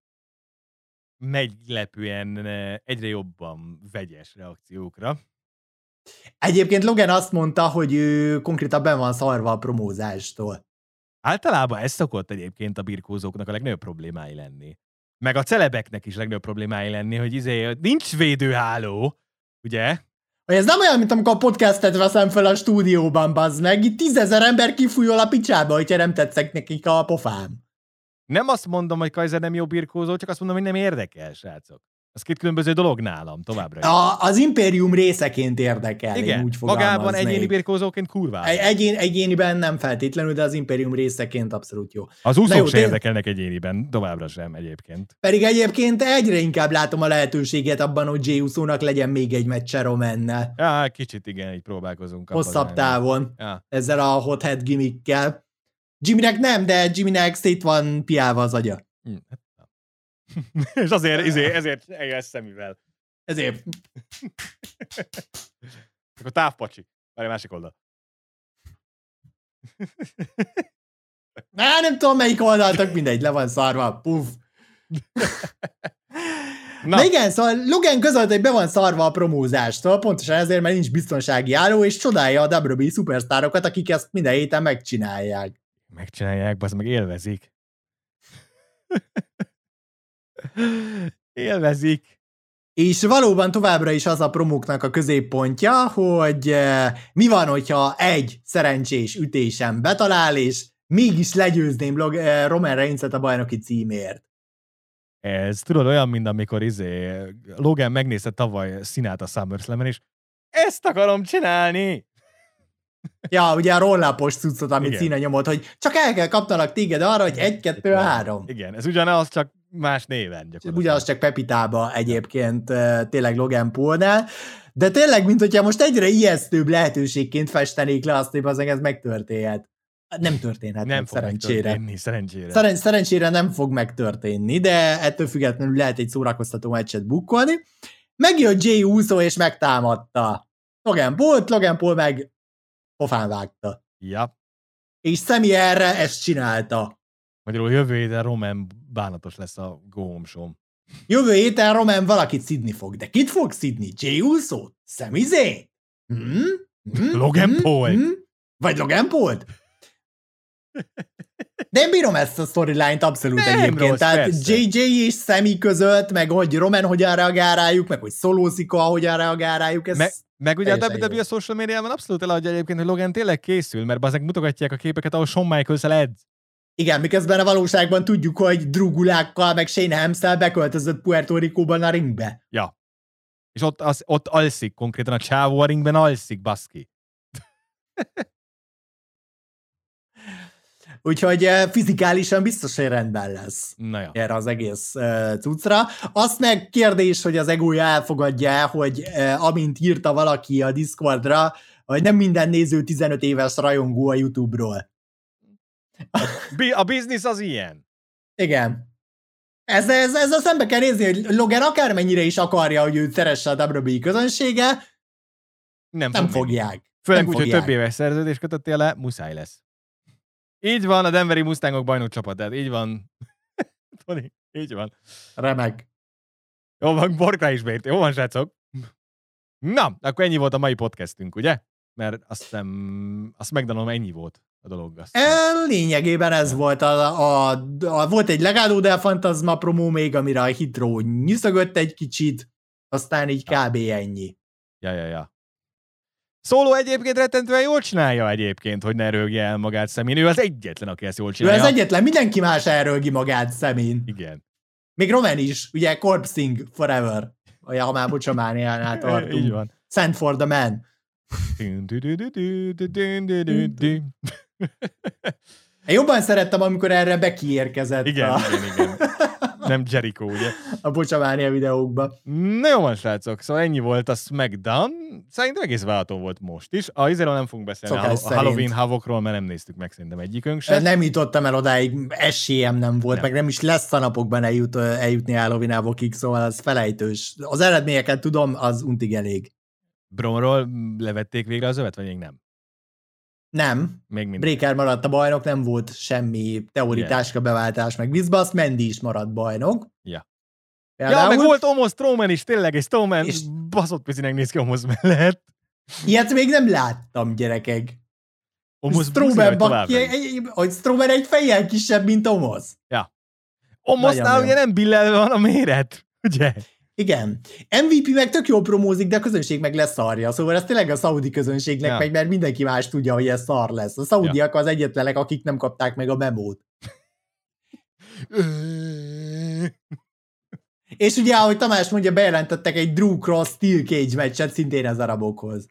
[SPEAKER 3] Meglepően egyre jobban vegyes reakciókra.
[SPEAKER 4] Egyébként Logan azt mondta, hogy ő konkrétan ben van szarva a promózástól.
[SPEAKER 3] Általában ez szokott egyébként a birkózóknak a legnagyobb problémái lenni. Meg a celebeknek is legnagyobb problémái lenni, hogy izé, nincs védőháló, ugye?
[SPEAKER 4] Ez nem olyan, mint amikor a podcastet veszem fel a stúdióban, bazd meg. Itt tízezer ember kifújol a picsába, hogyha nem tetszek nekik a pofám.
[SPEAKER 3] Nem azt mondom, hogy Kaiser nem jó birkózó, csak azt mondom, hogy nem érdekel, srácok. Az két különböző dolog nálam, továbbra is.
[SPEAKER 4] A, az impérium részeként érdekel,
[SPEAKER 3] igen,
[SPEAKER 4] én úgy
[SPEAKER 3] magában egyéni birkózóként kurvá.
[SPEAKER 4] Egy, egyén, egyéniben nem feltétlenül, de az impérium részeként abszolút jó.
[SPEAKER 3] Az úszók se érdekelnek egyéniben, továbbra sem egyébként.
[SPEAKER 4] Pedig egyébként egyre inkább látom a lehetőséget abban, hogy Jey Usónak legyen még egy meccse Romannel.
[SPEAKER 3] Ja, kicsit igen, így próbálkozunk.
[SPEAKER 4] Hosszabb távon,
[SPEAKER 3] ja.
[SPEAKER 4] Ezzel a hothead gimmickkel. Jimmynek nem, de Jimmynek szét van piálva az agya.
[SPEAKER 3] Hm. És azért, ezért, ezért eljesz Samivel.
[SPEAKER 4] Ezért.
[SPEAKER 3] Akkor távpacsi. Várj, másik oldal.
[SPEAKER 4] Á, nem tudom, melyik oldaltak, mindegy, le van szarva. Puff. Na. Na igen, szóval Logan között, hogy be van szarva a promózástól, pontosan ezért, mert nincs biztonsági álló, és csodálja a dupla vé dupla vé szupersztárokat, akik ezt minden héten megcsinálják.
[SPEAKER 3] Megcsinálják, azt meg élvezik. Élvezik.
[SPEAKER 4] És valóban továbbra is az a promóknak a középpontja, hogy eh, mi van, hogyha egy szerencsés ütésen betalál, és mégis legyőzném Log- eh, Roman Reigns-et a bajnoki címért.
[SPEAKER 3] Ez tudod olyan, mint amikor izé, Logan megnézte tavaly színát a SummerSlam-en, és ezt akarom csinálni!
[SPEAKER 4] Ja, ugye a rollapos cuccot, amit Cena nyomott, hogy csak el kell kaptanak téged arra, hogy egy, kettő, három.
[SPEAKER 3] Igen, ez ugyanaz, csak más néven.
[SPEAKER 4] Ugyanaz csak Pepitába egyébként tényleg Logan Paulnál, de tényleg, mint hogyha most egyre ijesztőbb lehetőségként festenék le azt, hogy az ez megtörténhet. Nem történhet,
[SPEAKER 3] nem
[SPEAKER 4] szerencsére.
[SPEAKER 3] szerencsére.
[SPEAKER 4] Szeren- szerencsére nem fog megtörténni, de ettől függetlenül lehet egy szórakoztató meccset bukkolni. Megjött Jey Uso és megtámadta Logan Pault, Logan Paul meg pofán vágta.
[SPEAKER 3] Ja.
[SPEAKER 4] És Sami erre ezt csinálta.
[SPEAKER 3] Magyarul jövő héten Roman bánatos lesz a Go Home Show.
[SPEAKER 4] Jövő héten Roman valakit szidni fog, de kit fog szidni? Jey Uso-t? Sami Zayn? Hmm? Hmm?
[SPEAKER 3] Logan
[SPEAKER 4] hmm?
[SPEAKER 3] Paul?
[SPEAKER 4] Hmm? Vagy Logan Paul? De én bírom ezt a storyline-t abszolút
[SPEAKER 3] Nem
[SPEAKER 4] egyébként.
[SPEAKER 3] rossz,
[SPEAKER 4] Tehát
[SPEAKER 3] persze.
[SPEAKER 4] jé jé és Sammy között, meg hogy Roman hogyan reagál rájuk, meg hogy Solo Sikoa hogyan reagál rájuk, ez...
[SPEAKER 3] Me- meg ugye a
[SPEAKER 4] teljesen
[SPEAKER 3] dupla vé dupla vé
[SPEAKER 4] jó.
[SPEAKER 3] a social médiában abszolút eladja egyébként, hogy Logan tényleg készül, mert azek mutogatják a képeket, ahol Shawn Michaels-el edz.
[SPEAKER 4] Igen, miközben a valóságban tudjuk, hogy Drew Gulakkkal, meg Shane Helmszel beköltözött Puerto Ricóban a ringbe.
[SPEAKER 3] Ja. És ott, az, ott alszik, konkrétan a csávó a ringben alszik, baszki.
[SPEAKER 4] Úgyhogy uh, fizikálisan biztos, hogy rendben lesz.
[SPEAKER 3] Na ja.
[SPEAKER 4] Erre az egész uh, cuccra. Azt meg kérdés, hogy az egója elfogadja, hogy uh, amint írta valaki a Discordra, hogy nem minden néző tizenöt éves rajongó a YouTube-ról.
[SPEAKER 3] A biznisz az ilyen.
[SPEAKER 4] Igen. Ez, ez, ezzel szembe kell nézni, hogy Logan akármennyire is akarja, hogy őt szeresse a dupla vé dupla vé közönsége,
[SPEAKER 3] Nem,
[SPEAKER 4] nem
[SPEAKER 3] fog
[SPEAKER 4] fogják.
[SPEAKER 3] Főleg
[SPEAKER 4] Nem
[SPEAKER 3] úgy, hogy
[SPEAKER 4] fogják.
[SPEAKER 3] több éves szerződést kötöttél le, muszáj lesz. Így van, a Denveri Mustangok bajnok csapat, tehát így van. Tony, így van.
[SPEAKER 4] Remek.
[SPEAKER 3] Jó van, borkra is beért. Jó van, srácok. Na, akkor ennyi volt a mai podcastünk, ugye? Mert azt hiszem, azt megdanom, ennyi volt a dolog. Azt
[SPEAKER 4] E, lényegében ez volt a, a, a, volt egy Legado del Fantasma promó még, amire a Hitro nyüszögött egy kicsit, aztán így kb. Ennyi.
[SPEAKER 3] Ja, ja, ja. Szóló egyébként rettentően jól csinálja egyébként, hogy ne rögje el magát szemén. Ő az egyetlen, aki ezt jól
[SPEAKER 4] Ő
[SPEAKER 3] csinálja.
[SPEAKER 4] az egyetlen, mindenki más elrölgi magát szemén.
[SPEAKER 3] Igen.
[SPEAKER 4] Még Roman is, ugye Corpsing Forever. Ja, ha már bocsamániánál tartunk.
[SPEAKER 3] Így van.
[SPEAKER 4] Send for the man. Én jobban szerettem, amikor erre Becky érkezett
[SPEAKER 3] Igen,
[SPEAKER 4] a,
[SPEAKER 3] igen, igen. Nem Jericho, ugye?
[SPEAKER 4] a bocsamánia videókban.
[SPEAKER 3] Na jó van, srácok, szóval ennyi volt a SmackDown. Szerintem egész váltó volt most is. A izéről nem fogunk beszélni,
[SPEAKER 4] Szokás
[SPEAKER 3] a, a
[SPEAKER 4] szerint.
[SPEAKER 3] Halloween Havokról, mert nem néztük meg szerintem egyikünk sem.
[SPEAKER 4] Nem jutottam el odáig, esélyem nem volt,
[SPEAKER 3] Nem.
[SPEAKER 4] nem. meg nem is lesz a napokban eljut, eljutni Halloween Havokig, szóval az felejtős. Az eredményeket tudom, az untig elég.
[SPEAKER 3] Bronról levették végre az övet, vagy még nem?
[SPEAKER 4] Nem.
[SPEAKER 3] Még mindig.
[SPEAKER 4] Breaker maradt a bajnok, nem volt semmi teoritáska beváltás, meg Vizbasz, Mandy is maradt bajnok.
[SPEAKER 3] Ja.
[SPEAKER 4] Például,
[SPEAKER 3] Ja, meg volt Omos Strowman is, tényleg, és Strowman
[SPEAKER 4] És-
[SPEAKER 3] baszott pizinek néz ki Omos mellett.
[SPEAKER 4] Ilyet még nem láttam, gyerekek.
[SPEAKER 3] Omos
[SPEAKER 4] Strowman,
[SPEAKER 3] buzi vagy
[SPEAKER 4] baki,
[SPEAKER 3] tovább
[SPEAKER 4] egy, egy, hogy Strowman egy fejjel kisebb, mint Omos.
[SPEAKER 3] Omosnál
[SPEAKER 4] Nagyon
[SPEAKER 3] ugye
[SPEAKER 4] jó.
[SPEAKER 3] nem billelve van a méret, ugye?
[SPEAKER 4] Igen. em vé pé meg tök jól promózik, de a közönség meg leszarja. Szóval ez tényleg a szaudi közönségnek
[SPEAKER 3] Ja.
[SPEAKER 4] megy, mert mindenki más tudja, hogy ez szar lesz. A szaudiak az egyetlenek, akik nem kapták meg a memót. És ugye, ahogy Tamás mondja, bejelentettek egy Drew Cross Steel Cage meccset szintén az arabokhoz.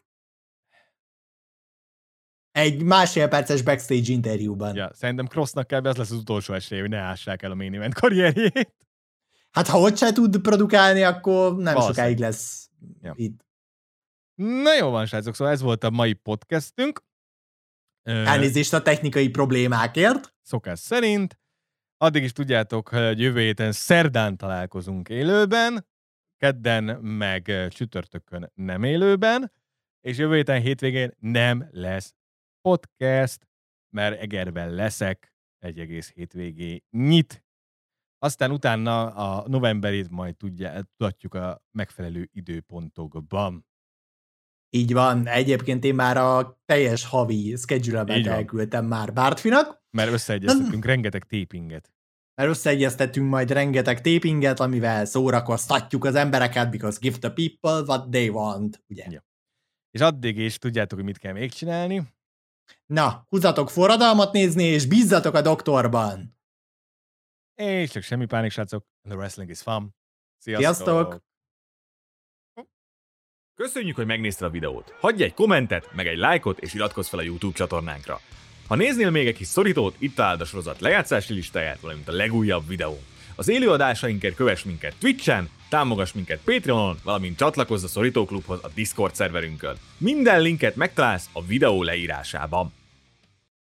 [SPEAKER 4] Egy másfél perces backstage interjúban.
[SPEAKER 3] Ja, szerintem Crossnak kell, ez lesz az utolsó esélye, hogy ne ássák el a main event karrierjét.
[SPEAKER 4] Hát ha ott se tud produkálni, akkor nem
[SPEAKER 3] Valószínűleg.
[SPEAKER 4] sokáig lesz
[SPEAKER 3] Ja.
[SPEAKER 4] itt.
[SPEAKER 3] Na jó van, srácok, szóval ez volt a mai podcastünk. Ö,
[SPEAKER 4] Elnézést a technikai problémákért.
[SPEAKER 3] Szokás szerint. Addig is tudjátok, hogy jövő héten szerdán találkozunk élőben, kedden meg ö, csütörtökön nem élőben, és jövő héten hétvégén nem lesz podcast, mert Egerben leszek egy egész hétvégé nyit. Aztán utána a novemberit majd tudja, tudatjuk a megfelelő időpontokban.
[SPEAKER 4] Így van. Egyébként én már a teljes havi schedule-bet
[SPEAKER 3] Így van.
[SPEAKER 4] elküldtem már Bártfinak,
[SPEAKER 3] Mert összeegyeztetünk rengeteg tapinget.
[SPEAKER 4] mert összeegyeztetünk majd rengeteg tapinget, amivel szórakoztatjuk az embereket, because give the people what they want, ugye?
[SPEAKER 3] Ja. És addig is tudjátok, hogy mit kell még csinálni.
[SPEAKER 4] Na, húzatok forradalmat nézni, és bízzatok a doktorban!
[SPEAKER 3] És csak semmi pánik, srácok. The wrestling is fun. Sziasztok!
[SPEAKER 4] Sziasztok!
[SPEAKER 2] Köszönjük, hogy megnézted a videót. Hagyj egy kommentet, meg egy lájkot, és iratkozz fel a YouTube csatornánkra. Ha néznél még egy kis szorítót, itt találod a sorozat lejátszási listáját, valamint a legújabb videó. Az élőadásainkért kövess minket Twitchen, támogass minket Patreonon, valamint csatlakozz a Szorítóklubhoz a Discord szerverünkön. Minden linket megtalálsz a videó leírásában.